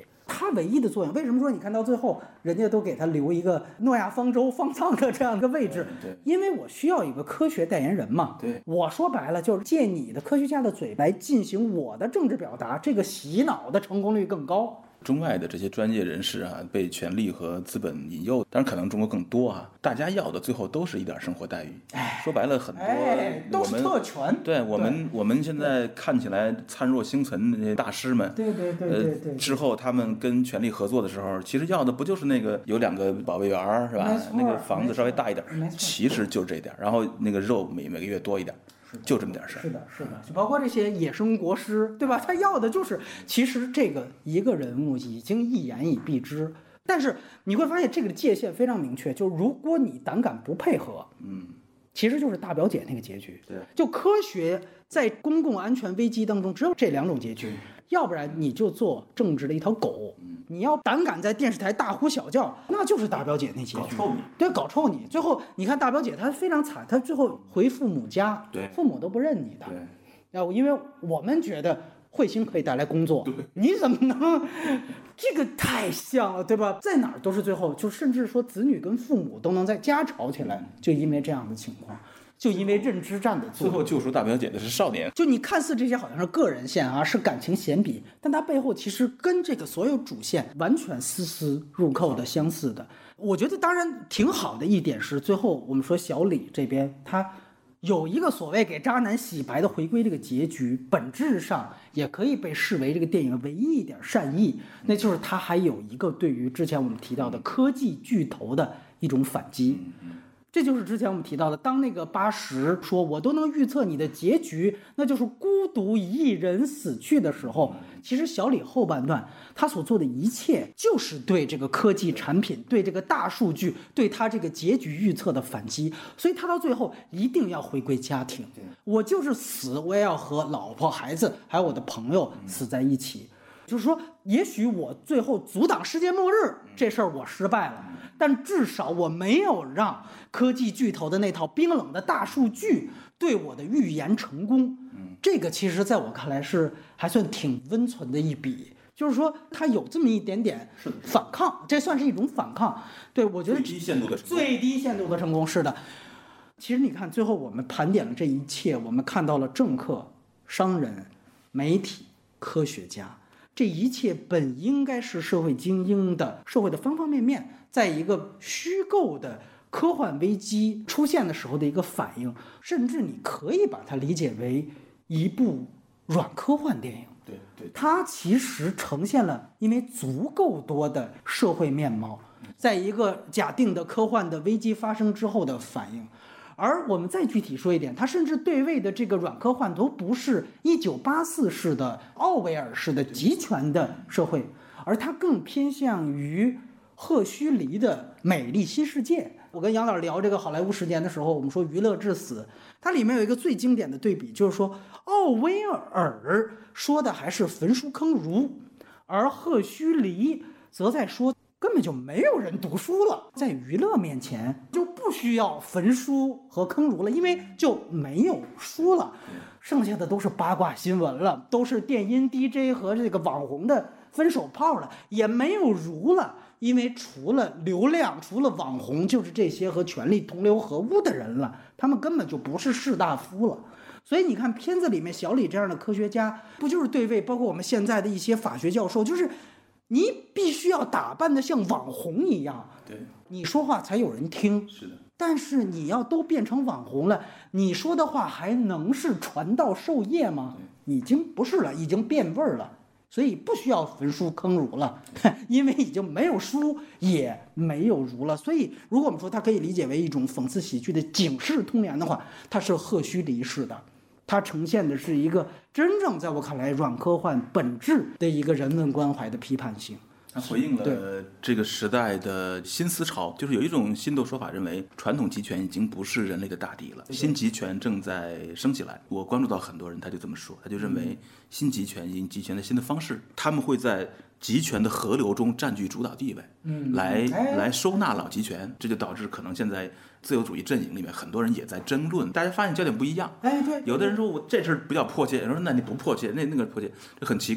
他唯一的作用。为什么说你看到最后人家都给他留一个诺亚方舟方舱的这样一个位置？ 对， 因为我需要一个科学代言人嘛。 对， 我说白了就是借你的科学家的嘴来进行我的政治表达，这个洗脑的成功率更高。 中外的这些专业人士啊，被权力和资本引诱，当然可能中国更多啊。大家要的最后都是一点生活待遇。说白了，很多都是特权。 对我们现在看起来灿若星辰的那些大师们， 对， 之后他们跟权力合作的时候，其实要的不就是那个有2个保卫员是吧？那个房子稍微大一点，其实就是这点，然后那个肉每个月多一点。就这么点事儿。 是的，就包括这些野生国师，对吧？他要的就是，其实这个一个人物已经一言以蔽之，但是你会发现这个界限非常明确，就是如果你胆敢不配合，其实就是大表姐那个结局。 对， 就科学在公共安全危机当中只有这2种结局，要不然你就做政治的一条狗，你要胆敢在电视台大呼小叫，那就是大表姐那结局， 搞臭你。 对，搞臭你。最后你看大表姐她非常惨，她最后回父母家， 对， 父母都不认你的。 对， 要因为我们觉得彗星可以带来工作，你怎么能？这个太像了，对吧？在哪儿都是最后，就甚至说子女跟父母都能在家吵起来，就因为这样的情况。就因为认知战的作用， 最后救赎大表姐的是少年。 就你看似这些好像是个人线啊，是感情闲笔，但它背后其实跟这个所有主线完全丝丝入扣的相似的。我觉得当然挺好的一点是，最后我们说小李这边他有一个所谓给渣男洗白的回归这个结局，本质上也可以被视为这个电影唯一一点善意，那就是他还有一个对于之前我们提到的科技巨头的一种反击。这就是之前我们提到的，当那个80说我都能预测你的结局，那就是孤独一人死去的时候，其实小李后半段他所做的一切就是对这个科技产品，对这个大数据，对他这个结局预测的反击。所以他到最后一定要回归家庭，我就是死我也要和老婆孩子还有我的朋友死在一起。就是说也许我最后阻挡世界末日这事儿我失败了，但至少我没有让科技巨头的那套冰冷的大数据对我的预言成功。这个其实在我看来是还算挺温存的一笔，就是说他有这么一点点反抗，这算是一种反抗。对，我觉得最低限度的成功， 最低限度的成功。是的，其实你看最后我们盘点了这一切，我们看到了政客、商人、媒体、科学家，这一切本应该是社会精英的社会的方方面面，在一个虚构的科幻危机出现的时候的一个反应，甚至你可以把它理解为一部软科幻电影。 对， 它其实呈现了因为足够多的社会面貌，在一个假定的科幻的危机发生之后的反应。而我们再具体说一点，它甚至对位的这个软科幻都不是1984式的奥威尔式的集权的社会，而它更偏向于赫胥黎的美丽新世界。我跟杨导聊这个好莱坞10年的时候，我们说娱乐至死，它里面有一个最经典的对比，就是说奥威尔说的还是焚书坑儒，而赫胥黎则在说根本就没有人读书了，在娱乐面前就不需要焚书和坑儒了，因为就没有书了，剩下的都是八卦新闻了，都是电音 DJ 和这个网红的分手炮了，也没有儒了，因为除了流量，除了网红，就是这些和权力同流合污的人了，他们根本就不是士大夫了。所以你看片子里面小李这样的科学家，不就是对位，包括我们现在的一些法学教授，就是你必须要打扮的像网红一样， 对， 你说话才有人听。 是的。 但是你要都变成网红了，你说的话还能是传道授业吗？已经不是了，已经变味儿了。所以不需要焚书坑儒了，因为已经没有书也没有儒了。所以如果我们说它可以理解为一种讽刺喜剧的警示通联的话，它是赫胥黎式的，它呈现的是一个真正在我看来软科幻本质的一个人文关怀的批判性。 它回应了这个时代的新思潮，就是有一种新的说法认为，传统集权已经不是人类的大敌了，新集权正在升起来。我关注到很多人，他就这么说，他就认为新集权以及集权的新的方式，他们会在集权的河流中占据主导地位，来收纳老集权，这就导致可能现在自由主义阵营里面很多人也在争论，大家发现焦点不一样。 对， 有的人说我这事儿比较迫切，有人说那你不迫切，那个迫切，这很奇怪。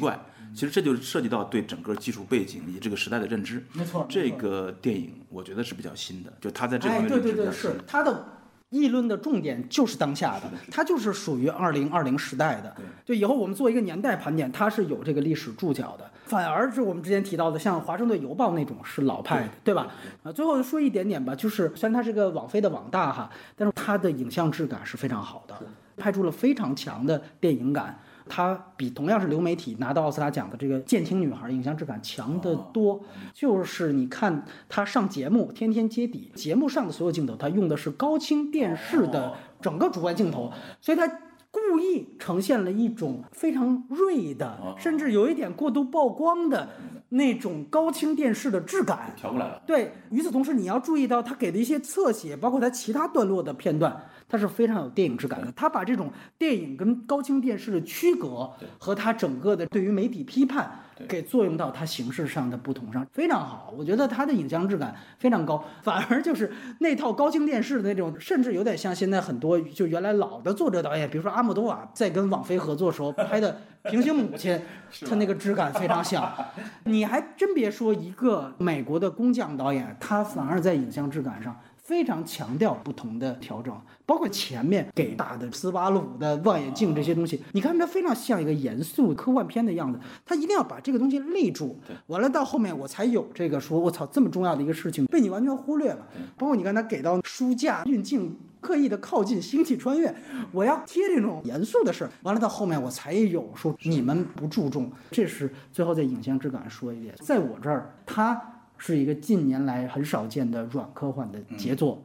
其实这就涉及到对整个技术背景以及这个时代的认知。 没错， 这个电影我觉得是比较新的，就他在这方面对，是他的议论的重点就是当下的，它就是属于2020时代的。就以后我们做一个年代盘点，它是有这个历史注脚的。反而是我们之前提到的，像《华盛顿邮报》那种是老派的，对吧？最后说一点点吧，就是虽然它是个网飞的网大哈，但是它的影像质感是非常好的，拍出了非常强的电影感。它比同样是流媒体拿到奥斯卡奖的这个《剑听女孩》影像质感强得多。就是你看他上节目，天天揭底，节目上的所有镜头，他用的是高清电视的整个主观镜头，所以他故意呈现了一种非常锐的，甚至有一点过度曝光的那种高清电视的质感， 调过来了。 对，与此同时，你要注意到他给的一些侧写，包括他其他段落的片段，它是非常有电影质感的。他把这种电影跟高清电视的区隔和他整个的对于媒体批判给作用到它形式上的不同上，非常好。我觉得它的影像质感非常高，反而就是那套高清电视的那种，甚至有点像现在很多就原来老的作者导演，比如说阿莫多瓦在跟网飞合作时候拍的《平行母亲》，他那个质感非常像。你还真别说，一个美国的工匠导演，他反而在影像质感上非常强调不同的调整，包括前面给大的斯巴鲁的望远镜这些东西，你看它非常像一个严肃科幻片的样子，他一定要把这个东西立住，完了到后面我才有这个说我操这么重要的一个事情被你完全忽略了。包括你看他给到书架运镜刻意的靠近星际穿越，我要贴这种严肃的事，完了到后面我才有说你们不注重。这是最后在影像质感说一点，在我这儿它是一个近年来很少见的软科幻的杰作。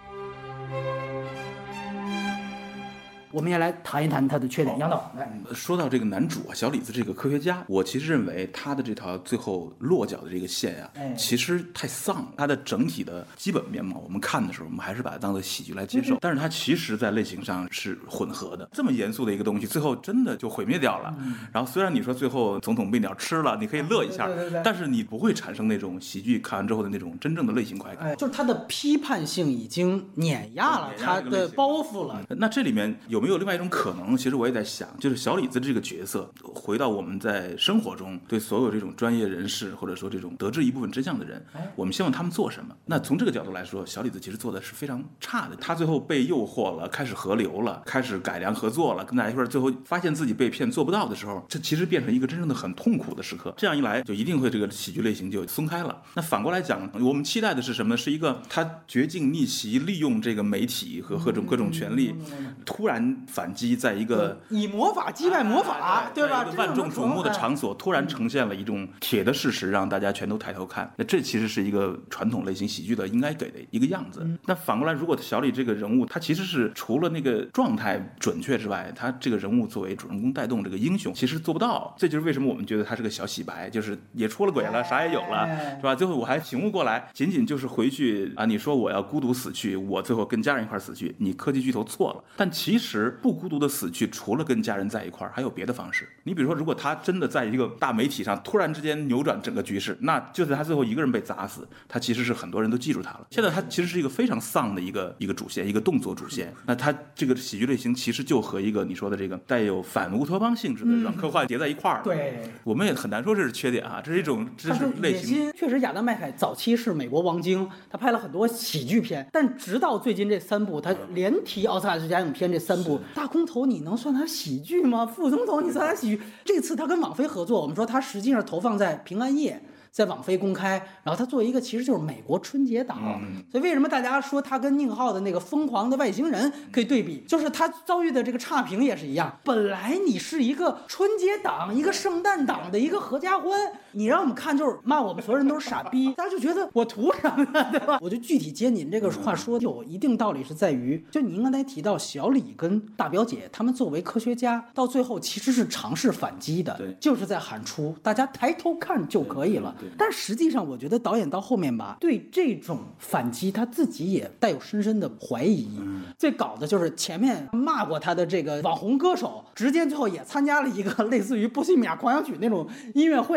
我们也来谈一谈他的缺点。杨导，来说到这个男主啊，小李子这个科学家，我其实认为他的这条最后落脚的这个线啊，其实太丧了。他的整体的基本面貌，我们看的时候，我们还是把它当做喜剧来接受。但是它其实在类型上是混合的。这么严肃的一个东西，最后真的就毁灭掉了。然后虽然你说最后总统被鸟吃了，你可以乐一下，但是你不会产生那种喜剧看完之后的那种真正的类型快感。 就是他的批判性已经碾压了他的包袱了。 那这里面有没有另外一种可能？其实我也在想，就是小李子这个角色，回到我们在生活中对所有这种专业人士或者说这种得知一部分真相的人，我们希望他们做什么？那从这个角度来说，小李子其实做的是非常差的。他最后被诱惑了，开始合流了，开始改良合作了，跟大家一块儿，最后发现自己被骗做不到的时候，这其实变成一个真正的很痛苦的时刻。这样一来，就一定会这个喜剧类型就松开了。那反过来讲，我们期待的是什么呢？是一个他绝境逆袭，利用这个媒体和各种权力，突然反击，在一个以魔法击败魔法，对吧？ 万众瞩目的场所，突然呈现了一种铁的事实，让大家全都抬头看。那这其实是一个传统类型喜剧的应该给的一个样子。那反过来，如果小李这个人物，他其实是除了那个状态准确之外，他这个人物作为主人公带动这个英雄，其实做不到。这就是为什么我们觉得他是个小洗白，就是也出了轨了，啥也有了，是吧？最后我还醒悟过来，仅仅就是回去啊，你说我要孤独死去，我最后跟家人一块死去，你科技巨头错了。但其实不孤独的死去，除了跟家人在一块，还有别的方式。你比如说，如果他真的在一个大媒体上突然之间扭转整个局势，那就是他最后一个人被砸死，他其实是很多人都记住他了。现在他其实是一个非常丧的一个主线，一个动作主线。那他这个喜剧类型其实就和一个你说的这个带有反乌托邦性质的软科幻叠在一块儿。 对， 我们也很难说这是缺点啊，这是一种这是类型。 确实，亚当麦凯早期是美国王晶，他拍了很多喜剧片，但直到最近这3部，他连提奥斯卡最佳影片这3部，大空头你能算他喜剧吗？副总统你算他喜剧？这次他跟网飞合作，我们说他实际上投放在平安夜。在网飞公开，然后他作为一个其实就是美国春节档，所以为什么大家说他跟宁浩的那个疯狂的外星人可以对比，就是他遭遇的这个差评也是一样。本来你是一个春节档、一个圣诞档的一个合家欢，你让我们看就是骂我们所有人都是傻逼，大家就觉得我图什么呢，对吧？我就具体接您这个话说，有一定道理是在于，就您刚才提到小李跟大表姐他们作为科学家，到最后其实是尝试反击的，就是在喊出大家抬头看就可以了。但实际上我觉得导演到后面吧，对这种反击他自己也带有深深的怀疑。最搞的就是前面骂过他的这个网红歌手，直接最后也参加了一个类似于波西米亚狂想曲那种音乐会，嬉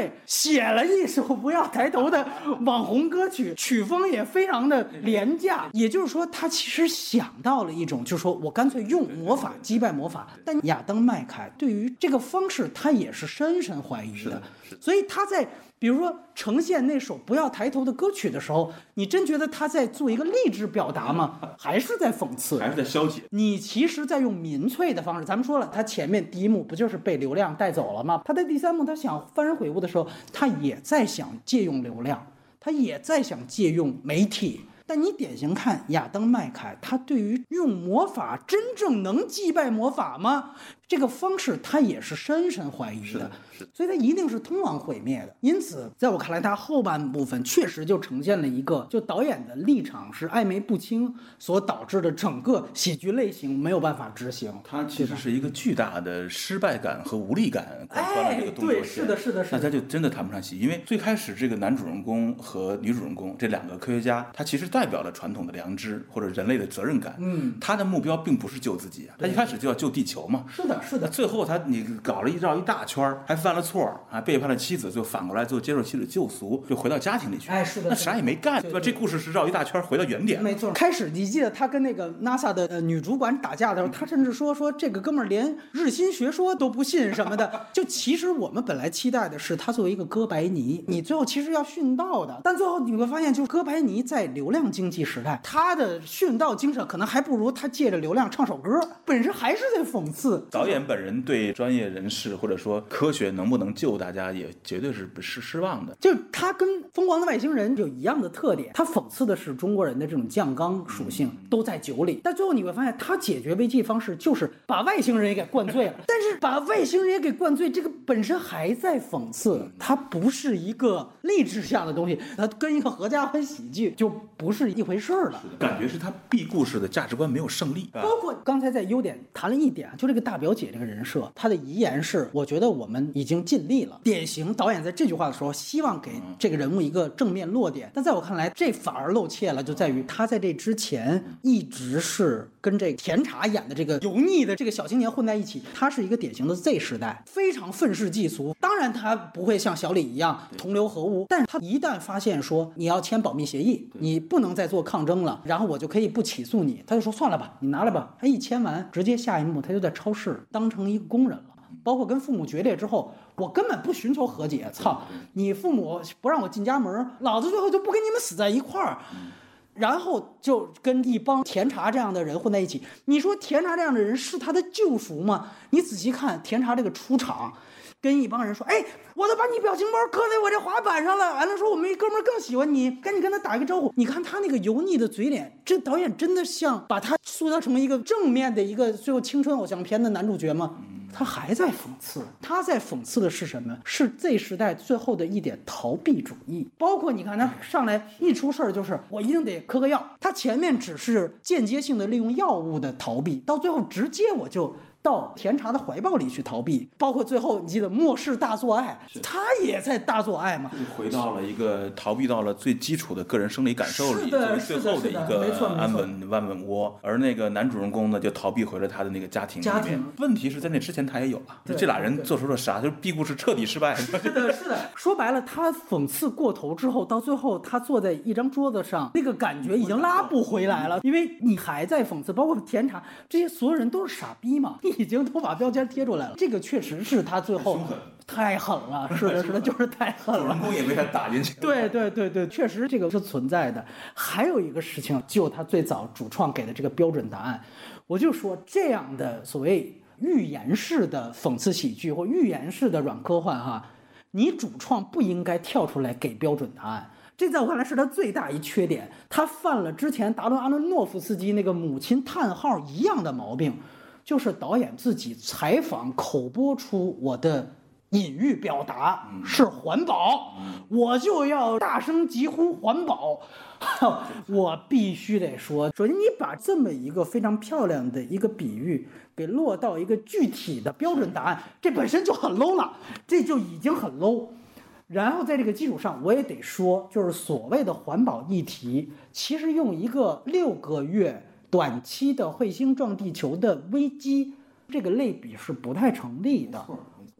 写了一首不要抬头的网红歌曲，曲风也非常的廉价。也就是说，他其实想到了一种，就是说我干脆用魔法击败魔法。但亚当麦凯对于这个方式，他也是深深怀疑的。所以他在比如说呈现那首不要抬头的歌曲的时候，你真觉得他在做一个励志表达吗？还是在讽刺？ 还是在消解？ 你其实在用民粹的方式。咱们说了，他前面第一幕不就是被流量带走了吗？他在第三幕他想幡然悔悟的时候，他也在想借用流量，他也在想借用媒体。但你典型看亚当麦凯，他对于用魔法真正能击败魔法吗？这个方式他也是深深怀疑的，所以他一定是通往毁灭的。因此在我看来，他后半部分确实就呈现了一个，就导演的立场是暧昧不清所导致的整个喜剧类型没有办法执行。 他其实是一个巨大的失败感和无力感贯穿了这个动作线。 对，是的，是的，是的。 那他就真的谈不上喜剧，因为最开始这个男主人公和女主人公这两个科学家，他其实代表了传统的良知或者人类的责任感。他的目标并不是救自己啊，他一开始就要救地球嘛。 是的，是的。 最后你搞了绕一大圈，还犯了错啊，背叛了妻子，就反过来就接受妻子救赎，就回到家庭里去。 是的， 那啥也没干，对吧？这故事是绕一大圈回到原点。 没错。开始你记得他跟那个 NASA 的女主管打架的时候，他甚至说这个哥们儿连日心学说都不信什么的。就其实我们本来期待的是他作为一个哥白尼，你最后其实要殉道的，但最后你会发现，就是哥白尼在流量经济时代，他的殉道精神可能还不如他借着流量唱首歌，本身还是在讽刺。 导演本人对专业人士或者说科学能不能救大家也绝对是失望的。 就他跟《疯狂的外星人》有一样的特点，他讽刺的是中国人的这种酱缸属性都在酒里，但最后你会发现他解决危机方式就是把外星人也给灌醉了。但是把外星人也给灌醉，这个本身还在讽刺，它不是一个励志向的东西，它跟一个合家欢喜剧就不是一回事了。 感觉是他 B 故事的价值观没有胜利。 包括刚才在优点谈了一点，就这个大表姐这个人设，她的遗言是我觉得我们已经尽力了。典型导演在这句话的时候希望给这个人物一个正面落点，但在我看来这反而露怯了，就在于他在这之前一直是跟这个甜茶演的这个油腻的这个小青年混在一起。他是一个典型的 Z 时代，非常愤世嫉俗。当然他不会像小李一样同流合污，但是他一旦发现说你要签保密协议，你不能再做抗争了，然后我就可以不起诉你，他就说算了吧，你拿来吧。他一签完，直接下一幕他就在超市当成一个工人了。包括跟父母决裂之后，我根本不寻求和解，操，你父母不让我进家门，老子最后就不跟你们死在一块儿。然后就跟一帮甜茶这样的人混在一起。你说甜茶这样的人是他的救赎吗？你仔细看甜茶这个出场，跟一帮人说，哎，我都把你表情包刻在我这滑板上了，完了说我们一哥们更喜欢你，赶紧跟他打一个招呼。你看他那个油腻的嘴脸，这导演真的像把他塑造成一个正面的一个最后青春偶像片的男主角吗？他还在讽刺，他在讽刺的是什么？是 Z 时代最后的一点逃避主义。包括你看他上来一出事儿就是我一定得嗑个药，他前面只是间接性的利用药物的逃避，到最后直接我就到甜茶的怀抱里去逃避。包括最后你记得末世大做爱，他也在大做爱嘛， 回到了一个逃避到了最基础的个人生理感受里，作为最后的一个安稳万稳窝。而那个男主人公呢，就逃避回了他的那个家庭里面。问题是在那之前他也有了，这俩人做出了啥？就是 B 故事彻底失败。 是的，是的。说白了，他讽刺过头之后，到最后他坐在一张桌子上，那个感觉已经拉不回来了，因为你还在讽刺，包括甜茶这些所有人都是傻逼嘛，已经都把标签贴出来了。这个确实是他最后太狠了，是的，是的，就是太狠了。主人公也被他打进去了。 对对对对，确实这个是存在的。还有一个事情，就他最早主创给的这个标准答案，我就说这样的所谓寓言式的讽刺喜剧或寓言式的软科幻哈，你主创不应该跳出来给标准答案。这在我看来是他最大一缺点，他犯了之前达伦阿伦诺夫斯基那个母亲叹号一样的毛病，就是导演自己采访口播出我的隐喻表达是环保，我就要大声疾呼环保。我必须得说，首先你把这么一个非常漂亮的一个比喻给落到一个具体的标准答案，这本身就很 low 了，这就已经很 low。然后在这个基础上，我也得说，就是所谓的环保议题，其实用一个6个月短期的彗星撞地球的危机这个类比是不太成立的。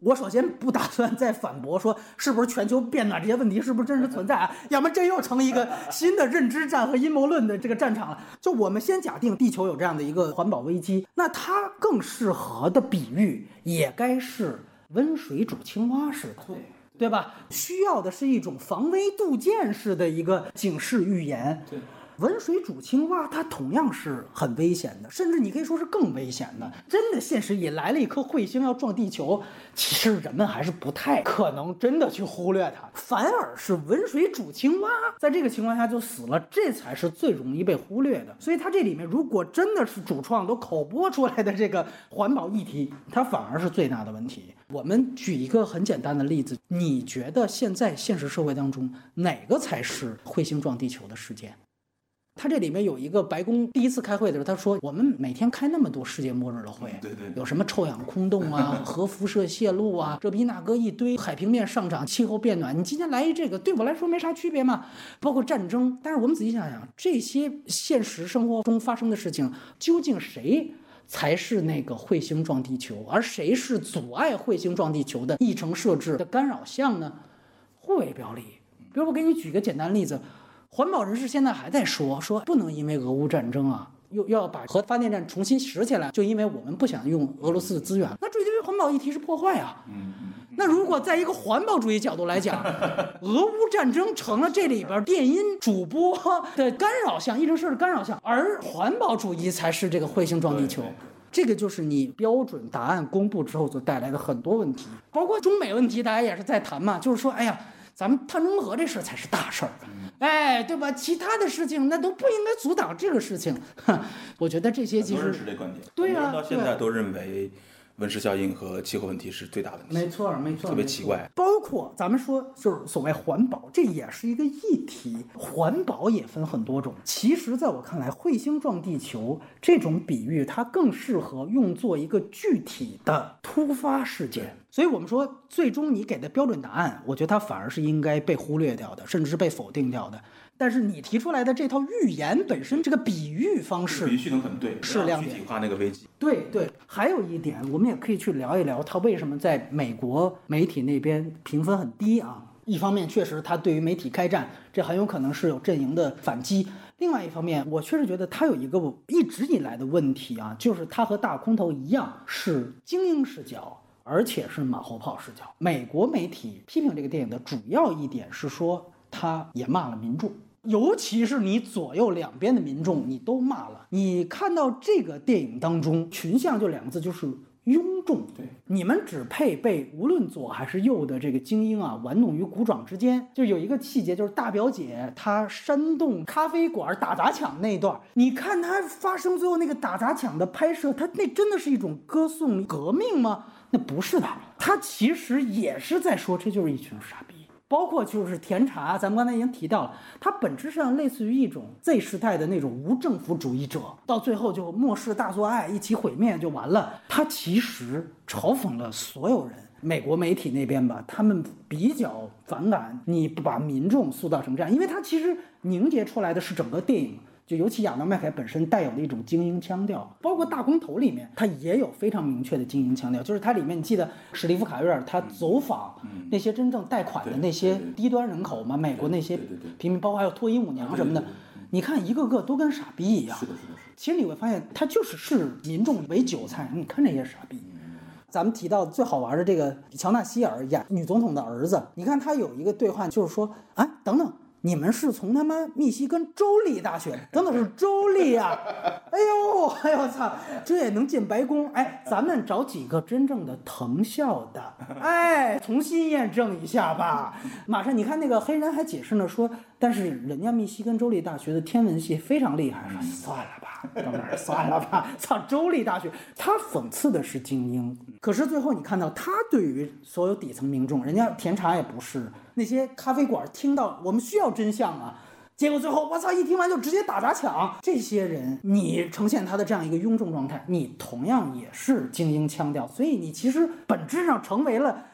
我首先不打算再反驳说是不是全球变暖这些问题是不是真实存在啊，要么这又成一个新的认知战和阴谋论的这个战场了。就我们先假定地球有这样的一个环保危机，那它更适合的比喻也该是温水煮青蛙式的，对吧？需要的是一种防微杜渐式的一个警示预言。 对。 温水煮青蛙，它同样是很危险的，甚至你可以说是更危险的。真的，现实里来了一颗彗星要撞地球，其实人们还是不太可能真的去忽略它，反而是温水煮青蛙在这个情况下就死了，这才是最容易被忽略的。所以它这里面如果真的是主创都口播出来的这个环保议题，它反而是最大的问题。我们举一个很简单的例子，你觉得现在现实社会当中哪个才是彗星撞地球的事件？他这里面有一个白宫第一次开会的时候，他说我们每天开那么多世界末日的会， 对， 有什么臭氧空洞啊、核辐射泄露啊，这逼那个一堆，海平面上涨、气候变暖，你今天来一这个，对我来说没啥区别嘛。包括战争，但是我们仔细想想，这些现实生活中发生的事情，究竟谁才是那个彗星撞地球，而谁是阻碍彗星撞地球的议程设置的干扰项呢？互为表里。比如我给你举个简单例子。环保人士现在还在说不能因为俄乌战争啊，又要把核发电站重新拾起来，就因为我们不想用俄罗斯的资源，那这对于环保议题是破坏啊。那如果在一个环保主义角度来讲，俄乌战争成了这里边电音主播的干扰项，议程设置干扰项，而环保主义才是这个彗星撞地球。这个就是你标准答案公布之后所带来的很多问题，包括中美问题，大家也是在谈嘛，就是说，哎呀，咱们碳中和这事才是大事儿。对吧？其他的事情那都不应该阻挡这个事情。我觉得这些其实很多人是这观点， 对啊， 到现在都认为温室效应和气候问题是最大问题。 没错， 特别奇怪。 包括咱们说就是所谓环保，这也是一个议题。环保也分很多种。其实在我看来，彗星撞地球这种比喻，它更适合用作一个具体的突发事件。所以我们说，最终你给的标准答案，我觉得它反而是应该被忽略掉的，甚至是被否定掉的。但是你提出来的这套预言本身，这个比喻方式， 比喻能很对， 是亮点， 具体化那个危机。 对，还有一点，我们也可以去聊一聊，它为什么在美国媒体那边评分很低啊？一方面，确实它对于媒体开战，这很有可能是有阵营的反击；另外一方面，我确实觉得它有一个一直以来的问题啊，就是它和大空头一样是精英视角。而且是马后炮视角。美国媒体批评这个电影的主要一点是说，他也骂了民众，尤其是你左右两边的民众，你都骂了。你看到这个电影当中，群像就两个字，就是庸众。 对， 你们只配被无论左还是右的这个精英啊玩弄于股掌之间。就有一个细节，就是大表姐她煽动咖啡馆打砸抢那一段，你看她发生最后那个打砸抢的拍摄，她那真的是一种歌颂革命吗？那不是的，他其实也是在说这就是一群傻逼。包括就是甜茶，咱们刚才已经提到了，它本质上类似于一种 Z 时代的那种无政府主义者，到最后就末世大作爱，一起毁灭就完了。他其实嘲讽了所有人。美国媒体那边吧，他们比较反感你不把民众塑造成这样，因为他其实凝结出来的是整个电影。就尤其亚当麦凯本身带有的一种精英腔调，包括大空头里面，它也有非常明确的精英腔调。就是它里面，你记得史蒂夫·卡约尔他走访那些真正贷款的那些低端人口嘛，美国那些平民，包括还有脱衣舞娘什么的，你看一个个都跟傻逼一样。其实你会发现，他就是民众为韭菜，你看这些傻逼。咱们提到最好玩的这个乔纳希尔演女总统的儿子，你看他有一个对话，就是说啊，等等。你们是从他妈密西根州立大学，真的是州立啊！哎呦操，这也能进白宫？哎，咱们找几个真正的藤校的，哎，重新验证一下吧。马上你看那个黑人还解释呢，说，但是人家密西根州立大学的天文系非常厉害，说算了吧，哥们儿，算了吧，操，州立大学，他讽刺的是精英，可是最后你看到他对于所有底层民众，人家甜茶也不是。那些咖啡馆听到我们需要真相啊，结果最后我操一听完就直接打砸抢。这些人你呈现他的这样一个庸众状态，你同样也是精英腔调，所以你其实本质上成为了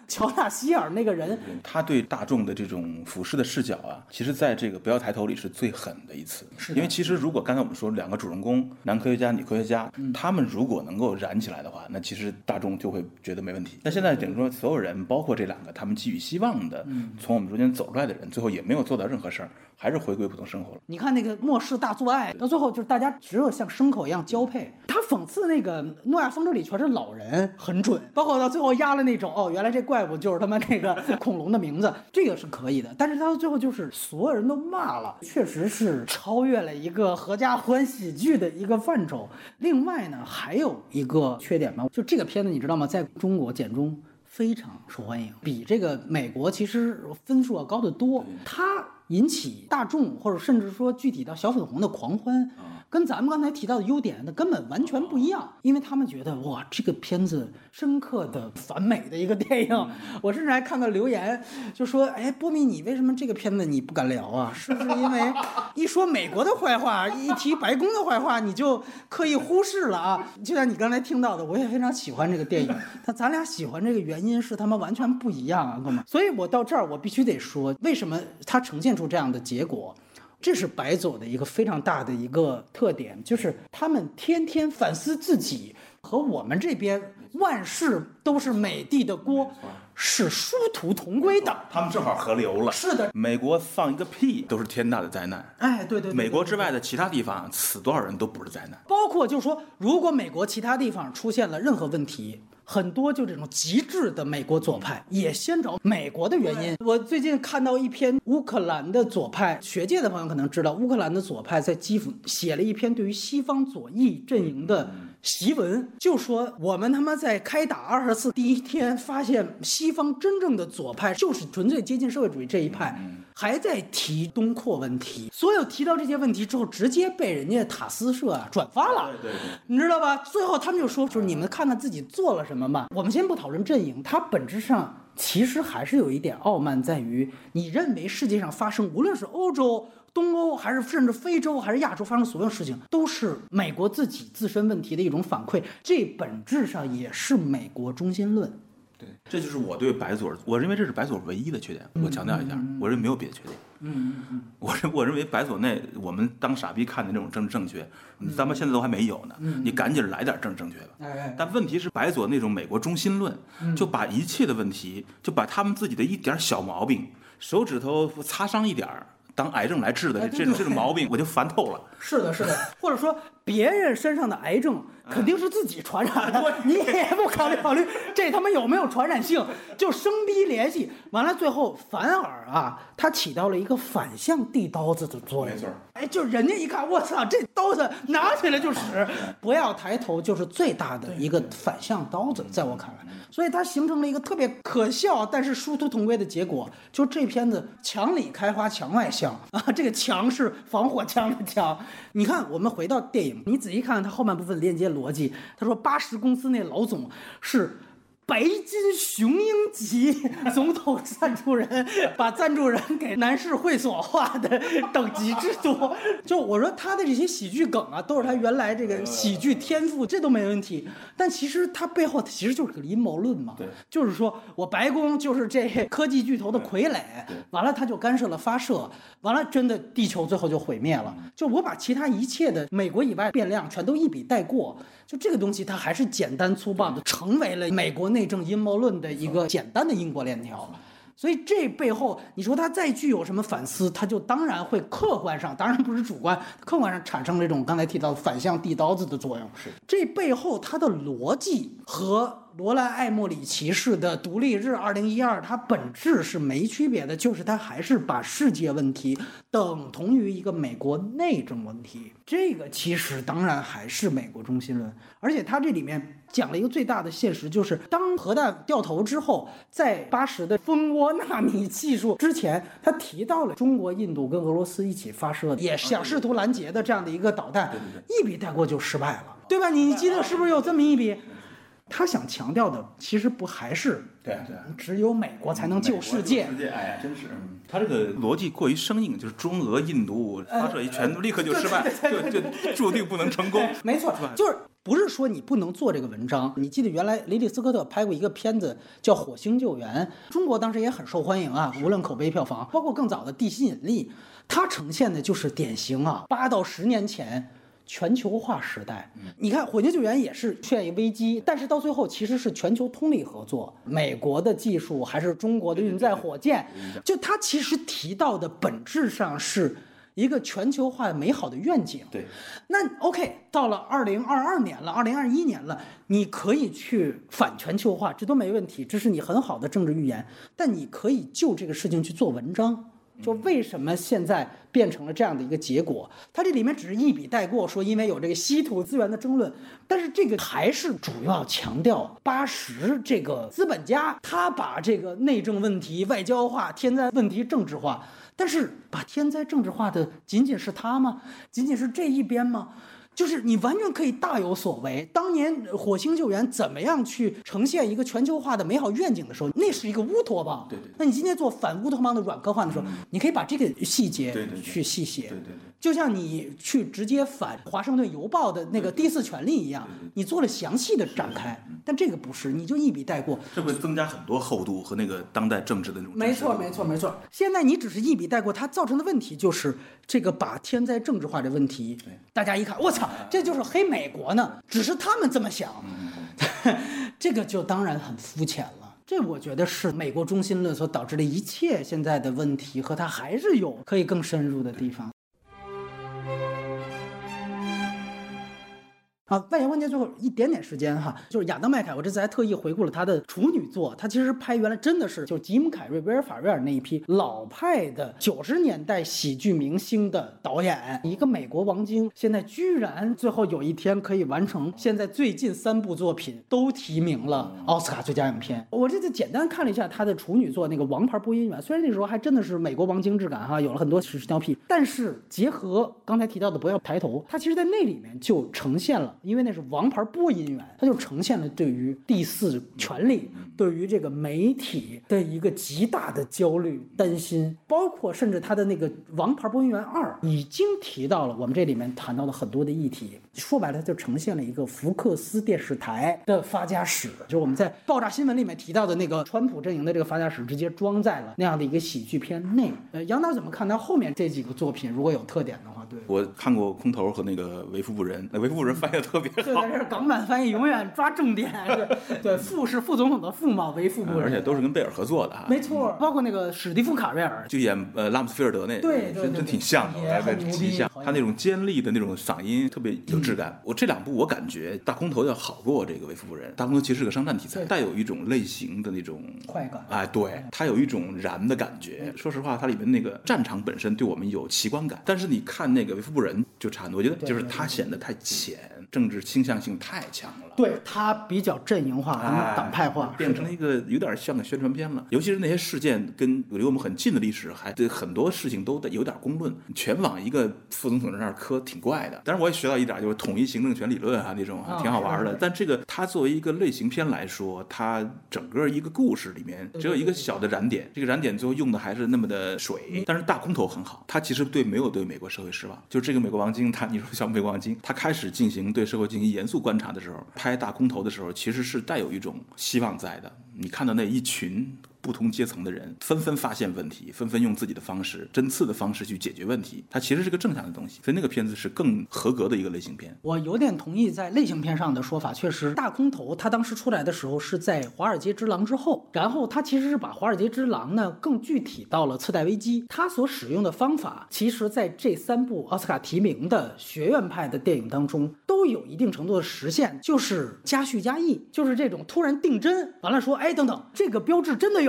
乔纳希尔那个人， 他对大众的这种俯视的视角啊，其实在这个不要抬头里是最狠的一次。因为其实如果刚才我们说两个主人公，男科学家、女科学家，他们如果能够燃起来的话，那其实大众就会觉得没问题。那现在等于说所有人，包括这两个他们寄予希望的从我们中间走出来的人，最后也没有做到任何事儿，还是回归普通生活了。 你看那个末世大做爱，到最后就是大家只有像牲口一样交配。他讽刺那个诺亚方舟里全是老人，很准，包括到最后压了那种原来这怪物就是他妈那个恐龙的名字，这个是可以的。但是他到最后就是所有人都骂了，确实是超越了一个合家欢喜剧的一个范畴。另外呢，还有一个缺点吧，就这个片子你知道吗？在中国简中非常受欢迎，比这个美国其实分数要高得多。它引起大众或者甚至说具体到小粉红的狂欢，跟咱们刚才提到的优点那根本完全不一样。因为他们觉得哇，这个片子深刻的反美的一个电影。我甚至还看到留言就说，哎，波米，你为什么这个片子你不敢聊啊？是不是因为一说美国的坏话，一提白宫的坏话，你就刻意忽视了啊？就像你刚才听到的，我也非常喜欢这个电影，但咱俩喜欢这个原因是他们完全不一样啊，哥们。所以我到这儿我必须得说，为什么它呈现出这样的结果。这是白左的一个非常大的一个特点，就是他们天天反思自己，和我们这边万事都是美帝的锅是殊途同归的。 他们正好合流了。 是的， 美国放一个屁都是天大的灾难。 哎，对， 美国之外的其他地方死多少人都不是灾难。 包括就是说，如果美国其他地方出现了任何问题，很多就这种极致的美国左派也先找美国的原因。我最近看到一篇乌克兰的左派，学界的朋友可能知道，乌克兰的左派在基辅写了一篇对于西方左翼阵营的檄文，就说我们他妈在开打24第一天发现西方真正的左派就是纯粹接近社会主义这一派，还在提东扩问题。所有提到这些问题之后，直接被人家塔斯社转发了。 对， 你知道吧？最后他们就说，就是你们看看自己做了什么嘛。我们先不讨论阵营，它本质上其实还是有一点傲慢，在于你认为世界上发生，无论是欧洲、东欧，还是甚至非洲，还是亚洲发生所有事情，都是美国自己自身问题的一种反馈。这本质上也是美国中心论。 对，这就是我对白左，我认为这是白左唯一的缺点。我强调一下，我认为没有别的缺点。我认为白左内我们当傻逼看的那种政治正确，咱们现在都还没有呢。你赶紧来点政治正确吧。但问题是白左那种美国中心论，就把一切的问题，就把他们自己的一点小毛病，手指头擦伤一点当癌症来治的这种毛病，我就烦透了。 是的，或者说别人身上的癌症肯定是自己传染的，你也不考虑这他妈有没有传染性，就生逼联系，完了最后反而它起到了一个反向递刀子的作用。 没错， 哎，就人家一看，我操，这刀子拿起来就使，不要抬头就是最大的一个反向刀子，在我看来，所以它形成了一个特别可笑但是殊途同归的结果。就这片子墙里开花墙外香啊，这个墙是防火墙的墙。你看，我们回到电影，你仔细看它后半部分链接逻辑，他说巴什公司那老总是白金雄鹰级总统赞助人，把赞助人给南市会所化的等级制度。就我说他的这些喜剧梗都是他原来这个喜剧天赋，这都没问题。但其实他背后其实就是个阴谋论嘛，就是说我白宫就是这科技巨头的傀儡，完了他就干涉了发射，完了真的地球最后就毁灭了。就我把其他一切的美国以外变量全都一笔带过，就这个东西它还是简单粗暴的成为了美国内政阴谋论的一个简单的因果链条。所以这背后你说它再具有什么反思，它就当然会客观上，当然不是主观，客观上产生这种刚才提到的反向递刀子的作用。是这背后它的逻辑和罗兰·艾默里奇式的独立日2012，它本质是没区别的，就是它还是把世界问题等同于一个美国内政问题。这个其实当然还是美国中心论，而且它这里面讲了一个最大的现实，就是当核弹掉头之后，在80的蜂窝纳米技术之前，他提到了中国、印度跟俄罗斯一起发射的，也想试图拦截的这样的一个导弹，一笔带过就失败了，对吧？你记得是不是有这么一笔？ 他想强调的其实不还是对， 只有美国才能救世界？ 哎呀，真是，他这个逻辑过于生硬，就是中俄印度发射一拳立刻就失败，就注定不能成功。 没错，就是不是说你不能做这个文章。你记得原来雷利斯科特拍过一个片子叫《火星救援》，中国当时也很受欢迎啊，无论口碑票房，包括更早的《地心引力》，它呈现的就是典型啊，8到10年前。全球化时代，你看火星救援也是出现一危机，但是到最后其实是全球通力合作，美国的技术还是中国的运载火箭，就它其实提到的本质上是一个全球化美好的愿景。 对， 那 OK， 到了2022年了，2021年了，你可以去反全球化，这都没问题，这是你很好的政治预言，但你可以就这个事情去做文章。就为什么现在变成了这样的一个结果？它这里面只是一笔带过，说因为有这个稀土资源的争论，但是这个还是主要强调80这个资本家，他把这个内政问题外交化，天灾问题政治化。但是把天灾政治化的仅仅是他吗？仅仅是这一边吗？就是你完全可以大有所为。当年火星救援怎么样去呈现一个全球化的美好愿景的时候，那是一个乌托邦。 对。 那你今天做反乌托邦的软科幻的时候，你可以把这个细节去细写。 对。 就像你去直接反华盛顿邮报的那个第4权利一样，你做了详细的展开。但这个不是，你就一笔带过， 这会增加很多厚度和那个当代政治的那种。 没错。现在你只是一笔带过，它造成的问题就是这个把天灾政治化的问题，大家一看，我操，这就是黑美国呢，只是他们这么想，这个就当然很肤浅了。这我觉得是美国中心论所导致的一切现在的问题，和它还是有可以更深入的地方。外延环节最后一点点时间哈，就是亚当麦凯，我这次还特意回顾了他的处女作，他其实拍原来真的是就吉姆凯瑞、威尔法瑞尔那一批老派的90年代喜剧明星的导演，一个美国王晶，现在居然最后有一天可以完成现在最近3部作品都提名了奥斯卡最佳影片。我这次简单看了一下他的处女作那个王牌播音员，虽然那时候还真的是美国王晶质感哈，有了很多屎尿屁，但是结合刚才提到的不要抬头，他其实在那里面就呈现了，因为那是王牌播音员，他就呈现了对于第4权利，对于这个媒体的一个极大的焦虑担心，包括甚至他的那个王牌播音员2已经提到了我们这里面谈到的很多的议题，说白了就呈现了一个福克斯电视台的发家史，就是我们在爆炸新闻里面提到的那个川普阵营的这个发家史，直接装在了那样的一个喜剧片内。杨导怎么看他后面这几个作品？如果有特点的话，对， 我看过空头和那个为富不仁，那为富不仁翻译的特别好。 对，这是港版翻译，永远抓重点。对，副是副总统的副嘛，为富不仁， 而且都是跟贝尔合作的。 没错，包括那个史蒂夫卡瑞尔， 就演拉姆斯菲尔德那， 对， 真挺像的，极像。他那种尖利的那种嗓音特别有质感。我这2部我感觉大空头要好过这个为富不仁。大空头其实是个商战题材，带有一种类型的那种快感。 哎，对，它有一种燃的感觉。说实话，它里面那个战场本身对我们有奇观感，但是你看那个为富不仁就差很多，我觉得就是它显得太浅，政治倾向性太强了。 对，它比较阵营化、党派化， 变成了一个有点像个宣传片了。尤其是那些事件跟离我们很近的历史，还对很多事情都有点公论，全往一个副总统那儿磕，挺怪的。当然我也学到一点，就是统一行政权理论那种挺好玩的。但这个它作为一个类型片来说，它整个一个故事里面只有一个小的燃点，这个燃点最后用的还是那么的水。但是大空头很好，他其实没有对美国社会失望。就这个美国王晶，你说像美国王晶，他开始进行对社会进行严肃观察的时候，拍大空头的时候，其实是带有一种希望在的。你看到那一群不同阶层的人纷纷发现问题，纷纷用自己的方式针刺的方式去解决问题，它其实是个正向的东西，所以那个片子是更合格的一个类型片。 我有点同意在类型片上的说法，确实大空头它当时出来的时候是在华尔街之狼之后，然后它其实是把华尔街之狼呢更具体到了次贷危机，它所使用的方法其实在这3部奥斯卡提名的学院派的电影当中都有一定程度的实现，就是加叙加意，就是这种突然定帧完了说，哎等等，这个标志真的有，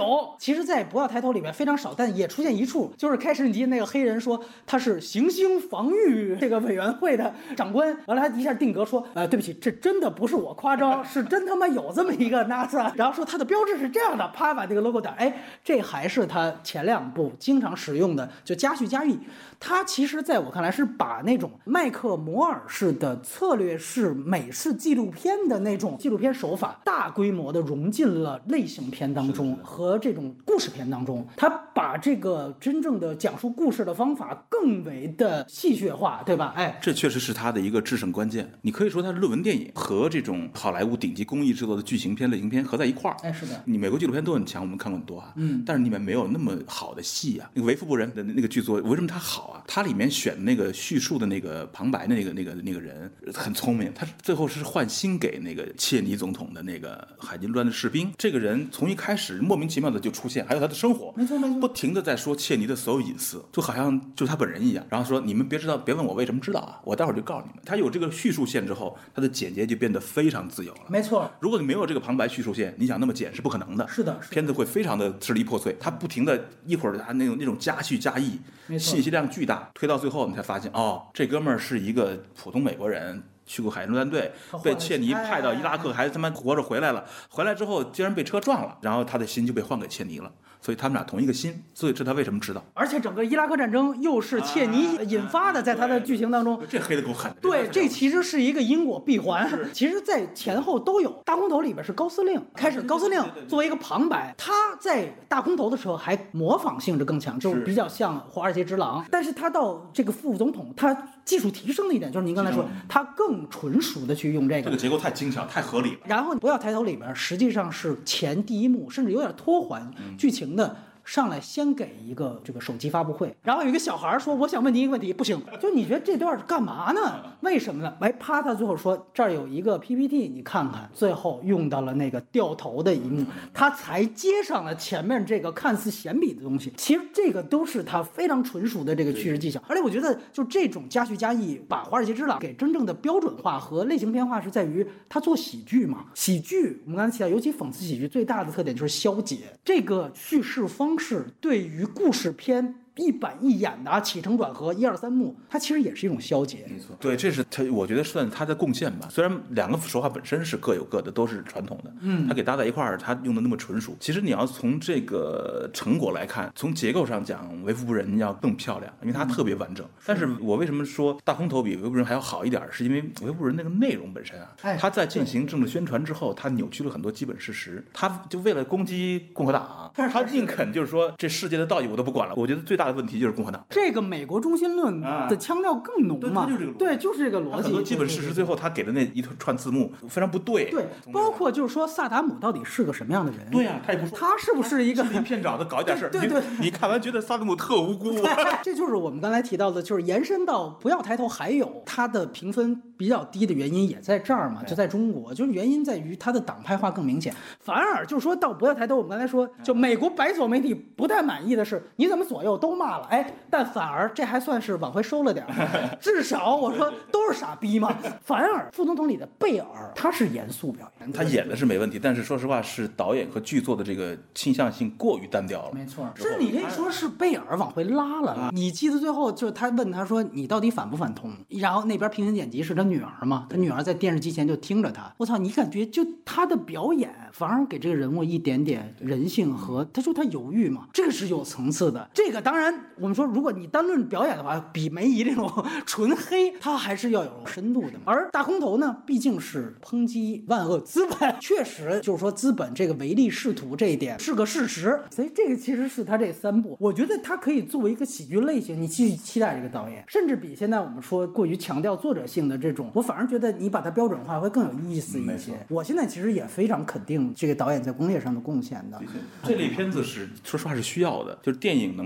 有，其实在不要抬头里面非常少，但也出现一处，就是开始你那个黑人说他是行星防御这个委员会的长官，完了他一下定格说对不起，这真的不是我夸张，是真他妈有这么一个 NASA， 然后说它的标志是这样的，啪把这个 logo 打，这还是他前2部经常使用的，就加叙加意。他其实在我看来是把那种麦克摩尔式的策略式美式纪录片的那种纪录片手法，大规模的融进了类型片当中和这种故事片当中。他把这个真正的讲述故事的方法更为的戏谑化，对吧？ 这确实是他的一个制胜关键。你可以说他的论文电影和这种好莱坞顶级工艺制作的剧情片、类型片合在一块儿。 是的， 你美国纪录片都很强，我们看过很多啊，但是里面没有那么好的戏啊。那个维夫伯人的那个剧作，为什么他好啊？他里面选那个叙述的那个旁白的那个人很聪明，他最后是换新给那个切尼总统的那个海军陆战队士兵。这个人从一开始莫名其妙的就出现，还有他的生活， 没错， 不停的在说切尼的所有隐私，就好像就是他本人一样。然后说你们别问我为什么知道啊，我待会儿就告诉你们。他有这个叙述线之后，他的剪接就变得非常自由了。 没错， 如果你没有这个旁白叙述线，你想那么剪是不可能的。 是的， 片子会非常的支离破碎。他不停的一会儿他那种加叙加意，信息量巨大，推到最后你才发现这哥们儿是一个普通美国人。去过海军陆战队，被切尼派到伊拉克，还他妈活着回来了。回来之后竟然被车撞了，然后他的心就被换给切尼了。所以他们俩同一个心，所以这他为什么知道？ 而且整个伊拉克战争又是切尼引发的，在他的剧情当中， 这黑的够狠。 对，这其实是一个因果闭环。其实，在前后都有。大空头里边是高司令，开始高司令作为一个旁白，他在大空头的时候还模仿性质更强，就是比较像华尔街之狼。但是他到这个副总统，他技术提升的一点就是您刚才说，他更纯熟的去用这个结构太精巧，太合理了。 然后不要抬头里边实际上是前第一幕，甚至有点拖缓剧情的。上来先给一个这个手机发布会，然后有一个小孩说：“我想问您一个问题。”不行，就你觉得这段干嘛呢？为什么呢？啪，他最后说这儿有一个 PPT， 你看看。最后用到了那个掉头的一幕，他才接上了前面这个看似闲笔的东西。其实这个都是他非常纯熟的这个叙事技巧。而且我觉得就这种加叙加意，把《华尔街之狼》给真正的标准化和类型片化，是在于他做喜剧嘛。喜剧我们刚才提到，尤其讽刺喜剧最大的特点就是消解，这个叙事方式对于故事片一板一眼的起承转合1、2、3幕，它其实也是一种消解。 没错，对，这是他，我觉得算他的贡献吧。虽然两个手法本身是各有各的，都是传统的，他给搭在一块儿，他用的那么纯熟。其实你要从这个成果来看，从结构上讲，维夫伯人要更漂亮，因为它特别完整。但是我为什么说大空头比维夫伯人还要好一点？是因为维夫伯人那个内容本身啊，他在进行政治宣传之后，他扭曲了很多基本事实，他就为了攻击共和党，他宁肯就是说这世界的道义我都不管了。我觉得最大的问题就是共和党这个美国中心论的腔调更浓嘛，对，就是这个逻辑。 很多基本事实最后他给的那一串字幕非常不对， 对，包括就是说萨达姆到底是个什么样的人？ 对呀，他也不说他是不是一个一片找的搞一点事儿？ 对， 你看完觉得萨达姆特无辜。 这就是我们刚才提到的，就是延伸到不要抬头，还有他的评分比较低的原因也在这儿嘛，就在中国，就是原因在于他的党派化更明显。反而就是说到不要抬头，我们刚才说，就美国白左媒体不太满意的是，你怎么左右都骂了，但反而这还算是往回收了点，至少我说都是傻逼嘛。反而副总统里的贝尔他是严肃表演， 他演的是没问题，但是说实话是导演和剧作的这个倾向性过于单调了。 没错，是你可以说是贝尔往回拉了。你记得最后就是他问他说你到底反不反同？然后那边平行剪辑是他女儿嘛，他女儿在电视机前就听着他。我操，你感觉就他的表演反而给这个人物一点点人性和他说他犹豫嘛，这个是有层次的。这个当然我们说如果你单论表演的话，比梅姨这种纯黑他还是要有深度的。而大空头呢毕竟是抨击万恶资本，确实就是说资本这个唯利是图这一点是个事实，所以这个其实是他这3部，我觉得他可以作为一个喜剧类型，你继续期待这个导演，甚至比现在我们说过于强调作者性的这种，我反而觉得你把它标准化会更有意思一些。我现在其实也非常肯定这个导演在工业上的贡献的。 这类片子是说实话是需要的，就是电影能够去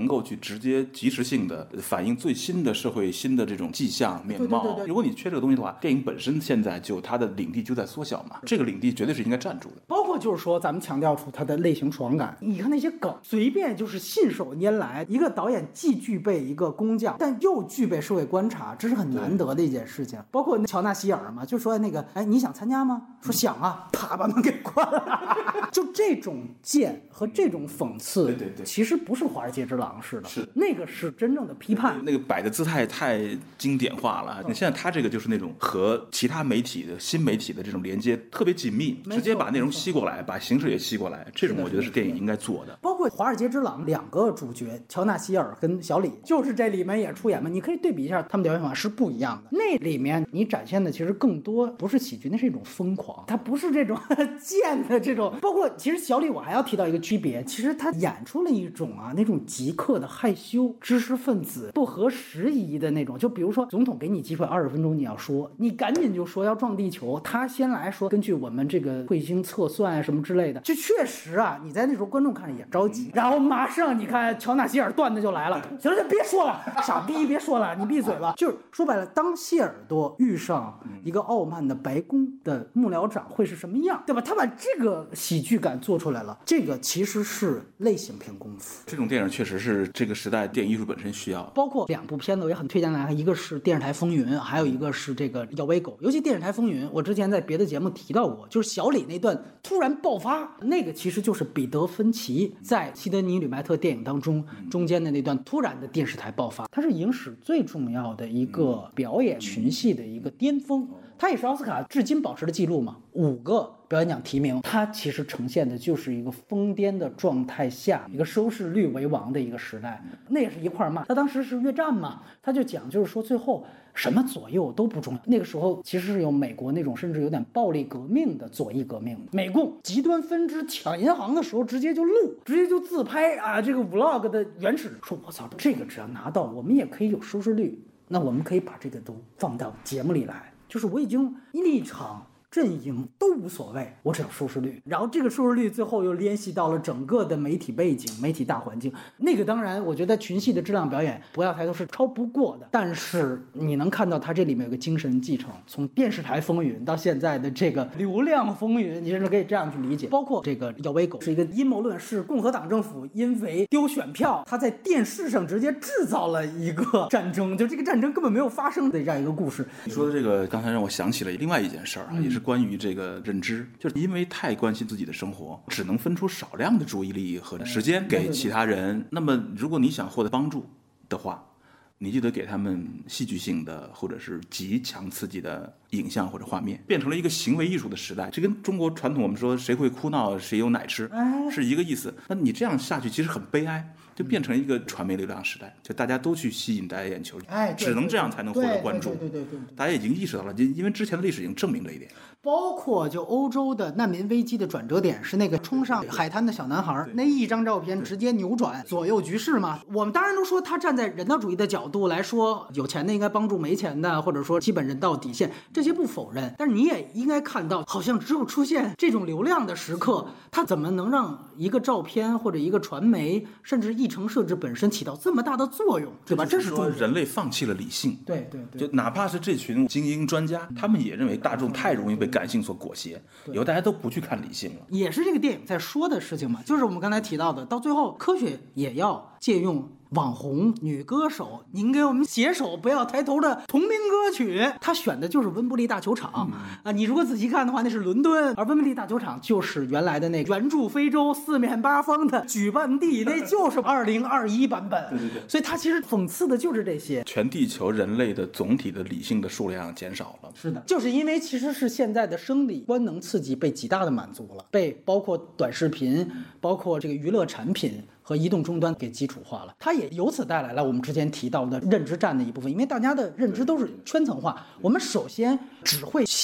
直接及时性的反映最新的社会新的这种迹象面貌。如果你缺这个东西的话，电影本身现在就它的领地就在缩小嘛，这个领地绝对是应该站住的。 包括就是说咱们强调出它的类型爽感，你看那些梗随便就是信手拈来，一个导演既具备一个工匠，但又具备社会观察，这是很难得的一件事情。包括乔纳希尔嘛，就说那个你想参加吗？说想啊，啪把门给关了。就这种贱和这种讽刺， 对， 其实不是华尔街之狼式的， 是那个是真正的批判， 那个摆的姿态太经典化了。你现在他这个就是那种和其他媒体的新媒体的这种连接特别紧密，直接把内容吸过来，把形式也吸过来，这种我觉得是电影应该做的。 包括华尔街之狼两个主角乔纳希尔跟小李，就是这里面也出演嘛，你可以对比一下他们表演方法是不一样的。那里面你展现的其实更多不是喜剧，那是一种疯狂，它不是这种贱的这种。包括其实小李我还要提到一个区别，其实他演出了一种那种极客的害羞知识分子不合时宜的那种。就比如说总统给你机会20分钟你要说，你赶紧就说要撞地球，他先来说根据我们这个彗星测算什么之类的，就确实你在那时候观众看着也着急，然后马上你看乔纳希尔段子就来了，行了，别说了，傻逼别说了，你闭嘴吧。就是说白了，当谢耳朵遇上一个傲慢的白宫的幕僚长会是什么样，对吧？他把这个喜剧感做出来了，这个其实是类型片功夫。 这种电影确实是这个时代电影艺术本身需要。 包括2部片子我也很推荐大家，一个是电视台风云，还有一个是这个耀威狗。尤其电视台风云，我之前在别的节目提到过，就是小李那段突然爆发，那个其实就是彼得芬奇在西德尼·吕麦特电影当中中间的那段突然的电视台爆发，它是影史最重要的一个表演群戏的一个巅峰。它也是奥斯卡至今保持的记录嘛，5个表演奖提名，它其实呈现的就是一个疯癫的状态下一个收视率为王的一个时代。那也是一块骂，他当时是越战嘛，他就讲就是说最后什么左右都不重要。那个时候其实是有美国那种甚至有点暴力革命的左翼革命，美共极端分支抢银行的时候直接就录，直接就自拍这个 vlog 的原始，说我操，这个只要拿到我们也可以有收视率，那我们可以把这个都放到节目里来。就是我已经立场阵营都无所谓，我只要收视率。然后这个收视率最后又联系到了整个的媒体背景、媒体大环境。那个当然我觉得群戏的质量表演不要抬头是超不过的，但是你能看到它这里面有个精神继承，从电视台风云到现在的这个流量风云，你甚至可以这样去理解。包括这个耀威狗是一个阴谋论，是共和党政府因为丢选票，他在电视上直接制造了一个战争，就这个战争根本没有发生的这样一个故事。 你说的这个刚才让我想起了另外一件事儿也是关于这个认知，就是因为太关心自己的生活，只能分出少量的注意力和时间给其他人。那么如果你想获得帮助的话，你就得给他们戏剧性的或者是极强刺激的影像或者画面，变成了一个行为艺术的时代。这跟中国传统我们说谁会哭闹谁有奶吃是一个意思。那你这样下去其实很悲哀，就变成一个传媒流量时代，就大家都去吸引大家眼球，只能这样才能获得关注。对，大家已经意识到了，因为之前的历史已经证明这一点。 包括就欧洲的难民危机的转折点是那个冲上海滩的小男孩，那一张照片直接扭转左右局势嘛。我们当然都说他站在人道主义的角度来说，有钱的应该帮助没钱的，或者说基本人道底线，这些不否认。但是你也应该看到，好像只有出现这种流量的时刻，它怎么能让一个照片或者一个传媒甚至议程设置本身起到这么大的作用，对吧？这是说人类放弃了理性。 对， 就哪怕是这群精英专家，他们也认为大众太容易被感性所裹挟，以后大家都不去看理性了。也是这个电影在说的事情嘛，就是我们刚才提到的，到最后科学也要借用网红女歌手，您给我们写首不要抬头的同名歌曲，他选的就是温布利大球场你如果仔细看的话，那是伦敦，而温布利大球场就是原来的那个援助非洲四面八方的举办地，那就是2021版本。对，所以他其实讽刺的就是这些， 全地球人类的总体的理性的数量减少了。 是的，就是因为其实是现在的生理官能刺激被极大的满足了，被包括短视频，包括这个娱乐产品和移动终端给基础化了，它也由此带来了我们之前提到的认知战的一部分。因为大家的认知都是圈层化，我们首先只会想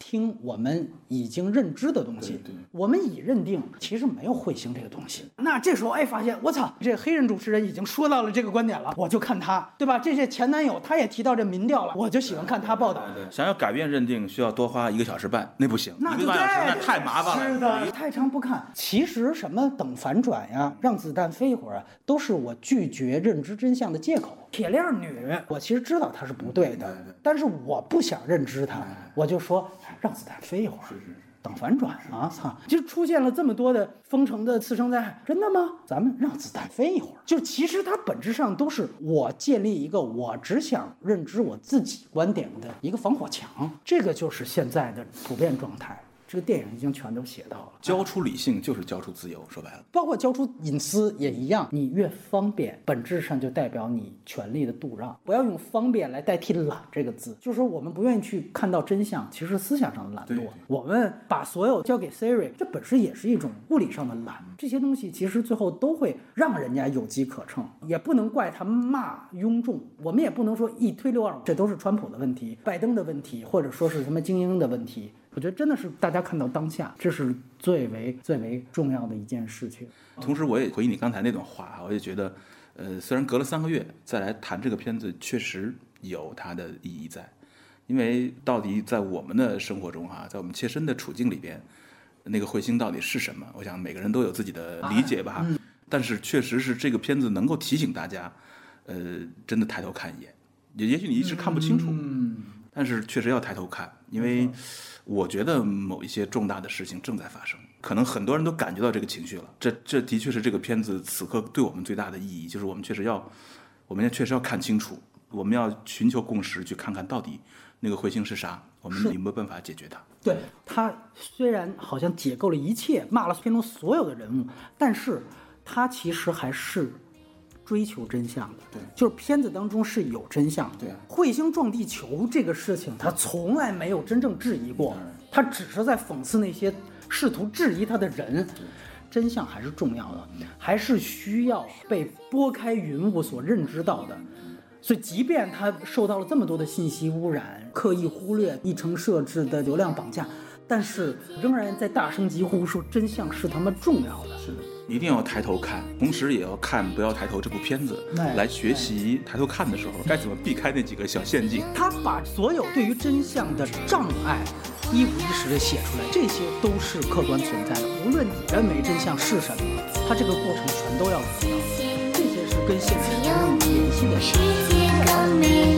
听我们已经认知的东西， 对， 我们已认定其实没有彗星这个东西。那这时候发现我操，这黑人主持人已经说到了这个观点了，我就看他，对吧？这些前男友他也提到这民调了，我就喜欢看他报道。 对，想要改变认定需要多花1个小时半，那不行，1个半小时那太麻烦了。 是的，太长不看。其实什么等反转呀，让子弹飞一会儿啊，都是我拒绝认知真相的借口。铁链女，我其实知道她是不对的，但是我不想认知她，我就说让子弹飞一会儿。等反转啊！操，就出现了这么多的封城的次生灾害，真的吗？咱们让子弹飞一会儿。就其实它本质上都是我建立一个我只想认知我自己观点的一个防火墙，这个就是现在的普遍状态。这个电影已经全都写到了， 交出理性就是交出自由，说白了， 包括交出隐私也一样。你越方便，本质上就代表你权力的度让。不要用方便来代替懒这个字，就是说我们不愿意去看到真相，其实思想上的懒惰。我们把所有交给 Siri， 这本身也是一种物理上的懒。这些东西其实最后都会让人家有机可乘，也不能怪他骂庸众，我们也不能说一推六二五，这都是川普的问题、拜登的问题，或者说是什么精英的问题。我觉得真的是大家看到当下，这是最为重要的一件事情。 同时，我也回忆你刚才那段话，我也觉得，虽然隔了3个月再来谈这个片子，确实有它的意义在，因为到底在我们的生活中在我们切身的处境里边，那个彗星到底是什么？我想每个人都有自己的理解吧。但是确实是这个片子能够提醒大家，真的抬头看一眼，也许你一时看不清楚，但是确实要抬头看，因为我觉得某一些重大的事情正在发生，可能很多人都感觉到这个情绪了。这的确是这个片子此刻对我们最大的意义，就是我们确实要看清楚，我们要寻求共识，去看看到底那个彗星是啥，我们有没有办法解决它。 对，他虽然好像解构了一切，骂了片中所有的人物，但是他其实还是追求真相的。 对， 就是片子当中是有真相的。 对， 彗星撞地球这个事情，他从来没有真正质疑过，他只是在讽刺那些试图质疑他的人。真相还是重要的，还是需要被拨开云雾所认知到的。所以即便他受到了这么多的信息污染，刻意忽略议程设置的流量绑架，但是仍然在大声疾呼说真相是他妈重要的。 是的，一定要抬头看，同时也要看《不要抬头》这部片子，来学习抬头看的时候该怎么避开那几个小陷阱。 他把所有对于真相的障碍一五一十的写出来，这些都是客观存在的。无论你认为真相是什么，他这个过程全都要做到。这些是跟现实没有联系的事。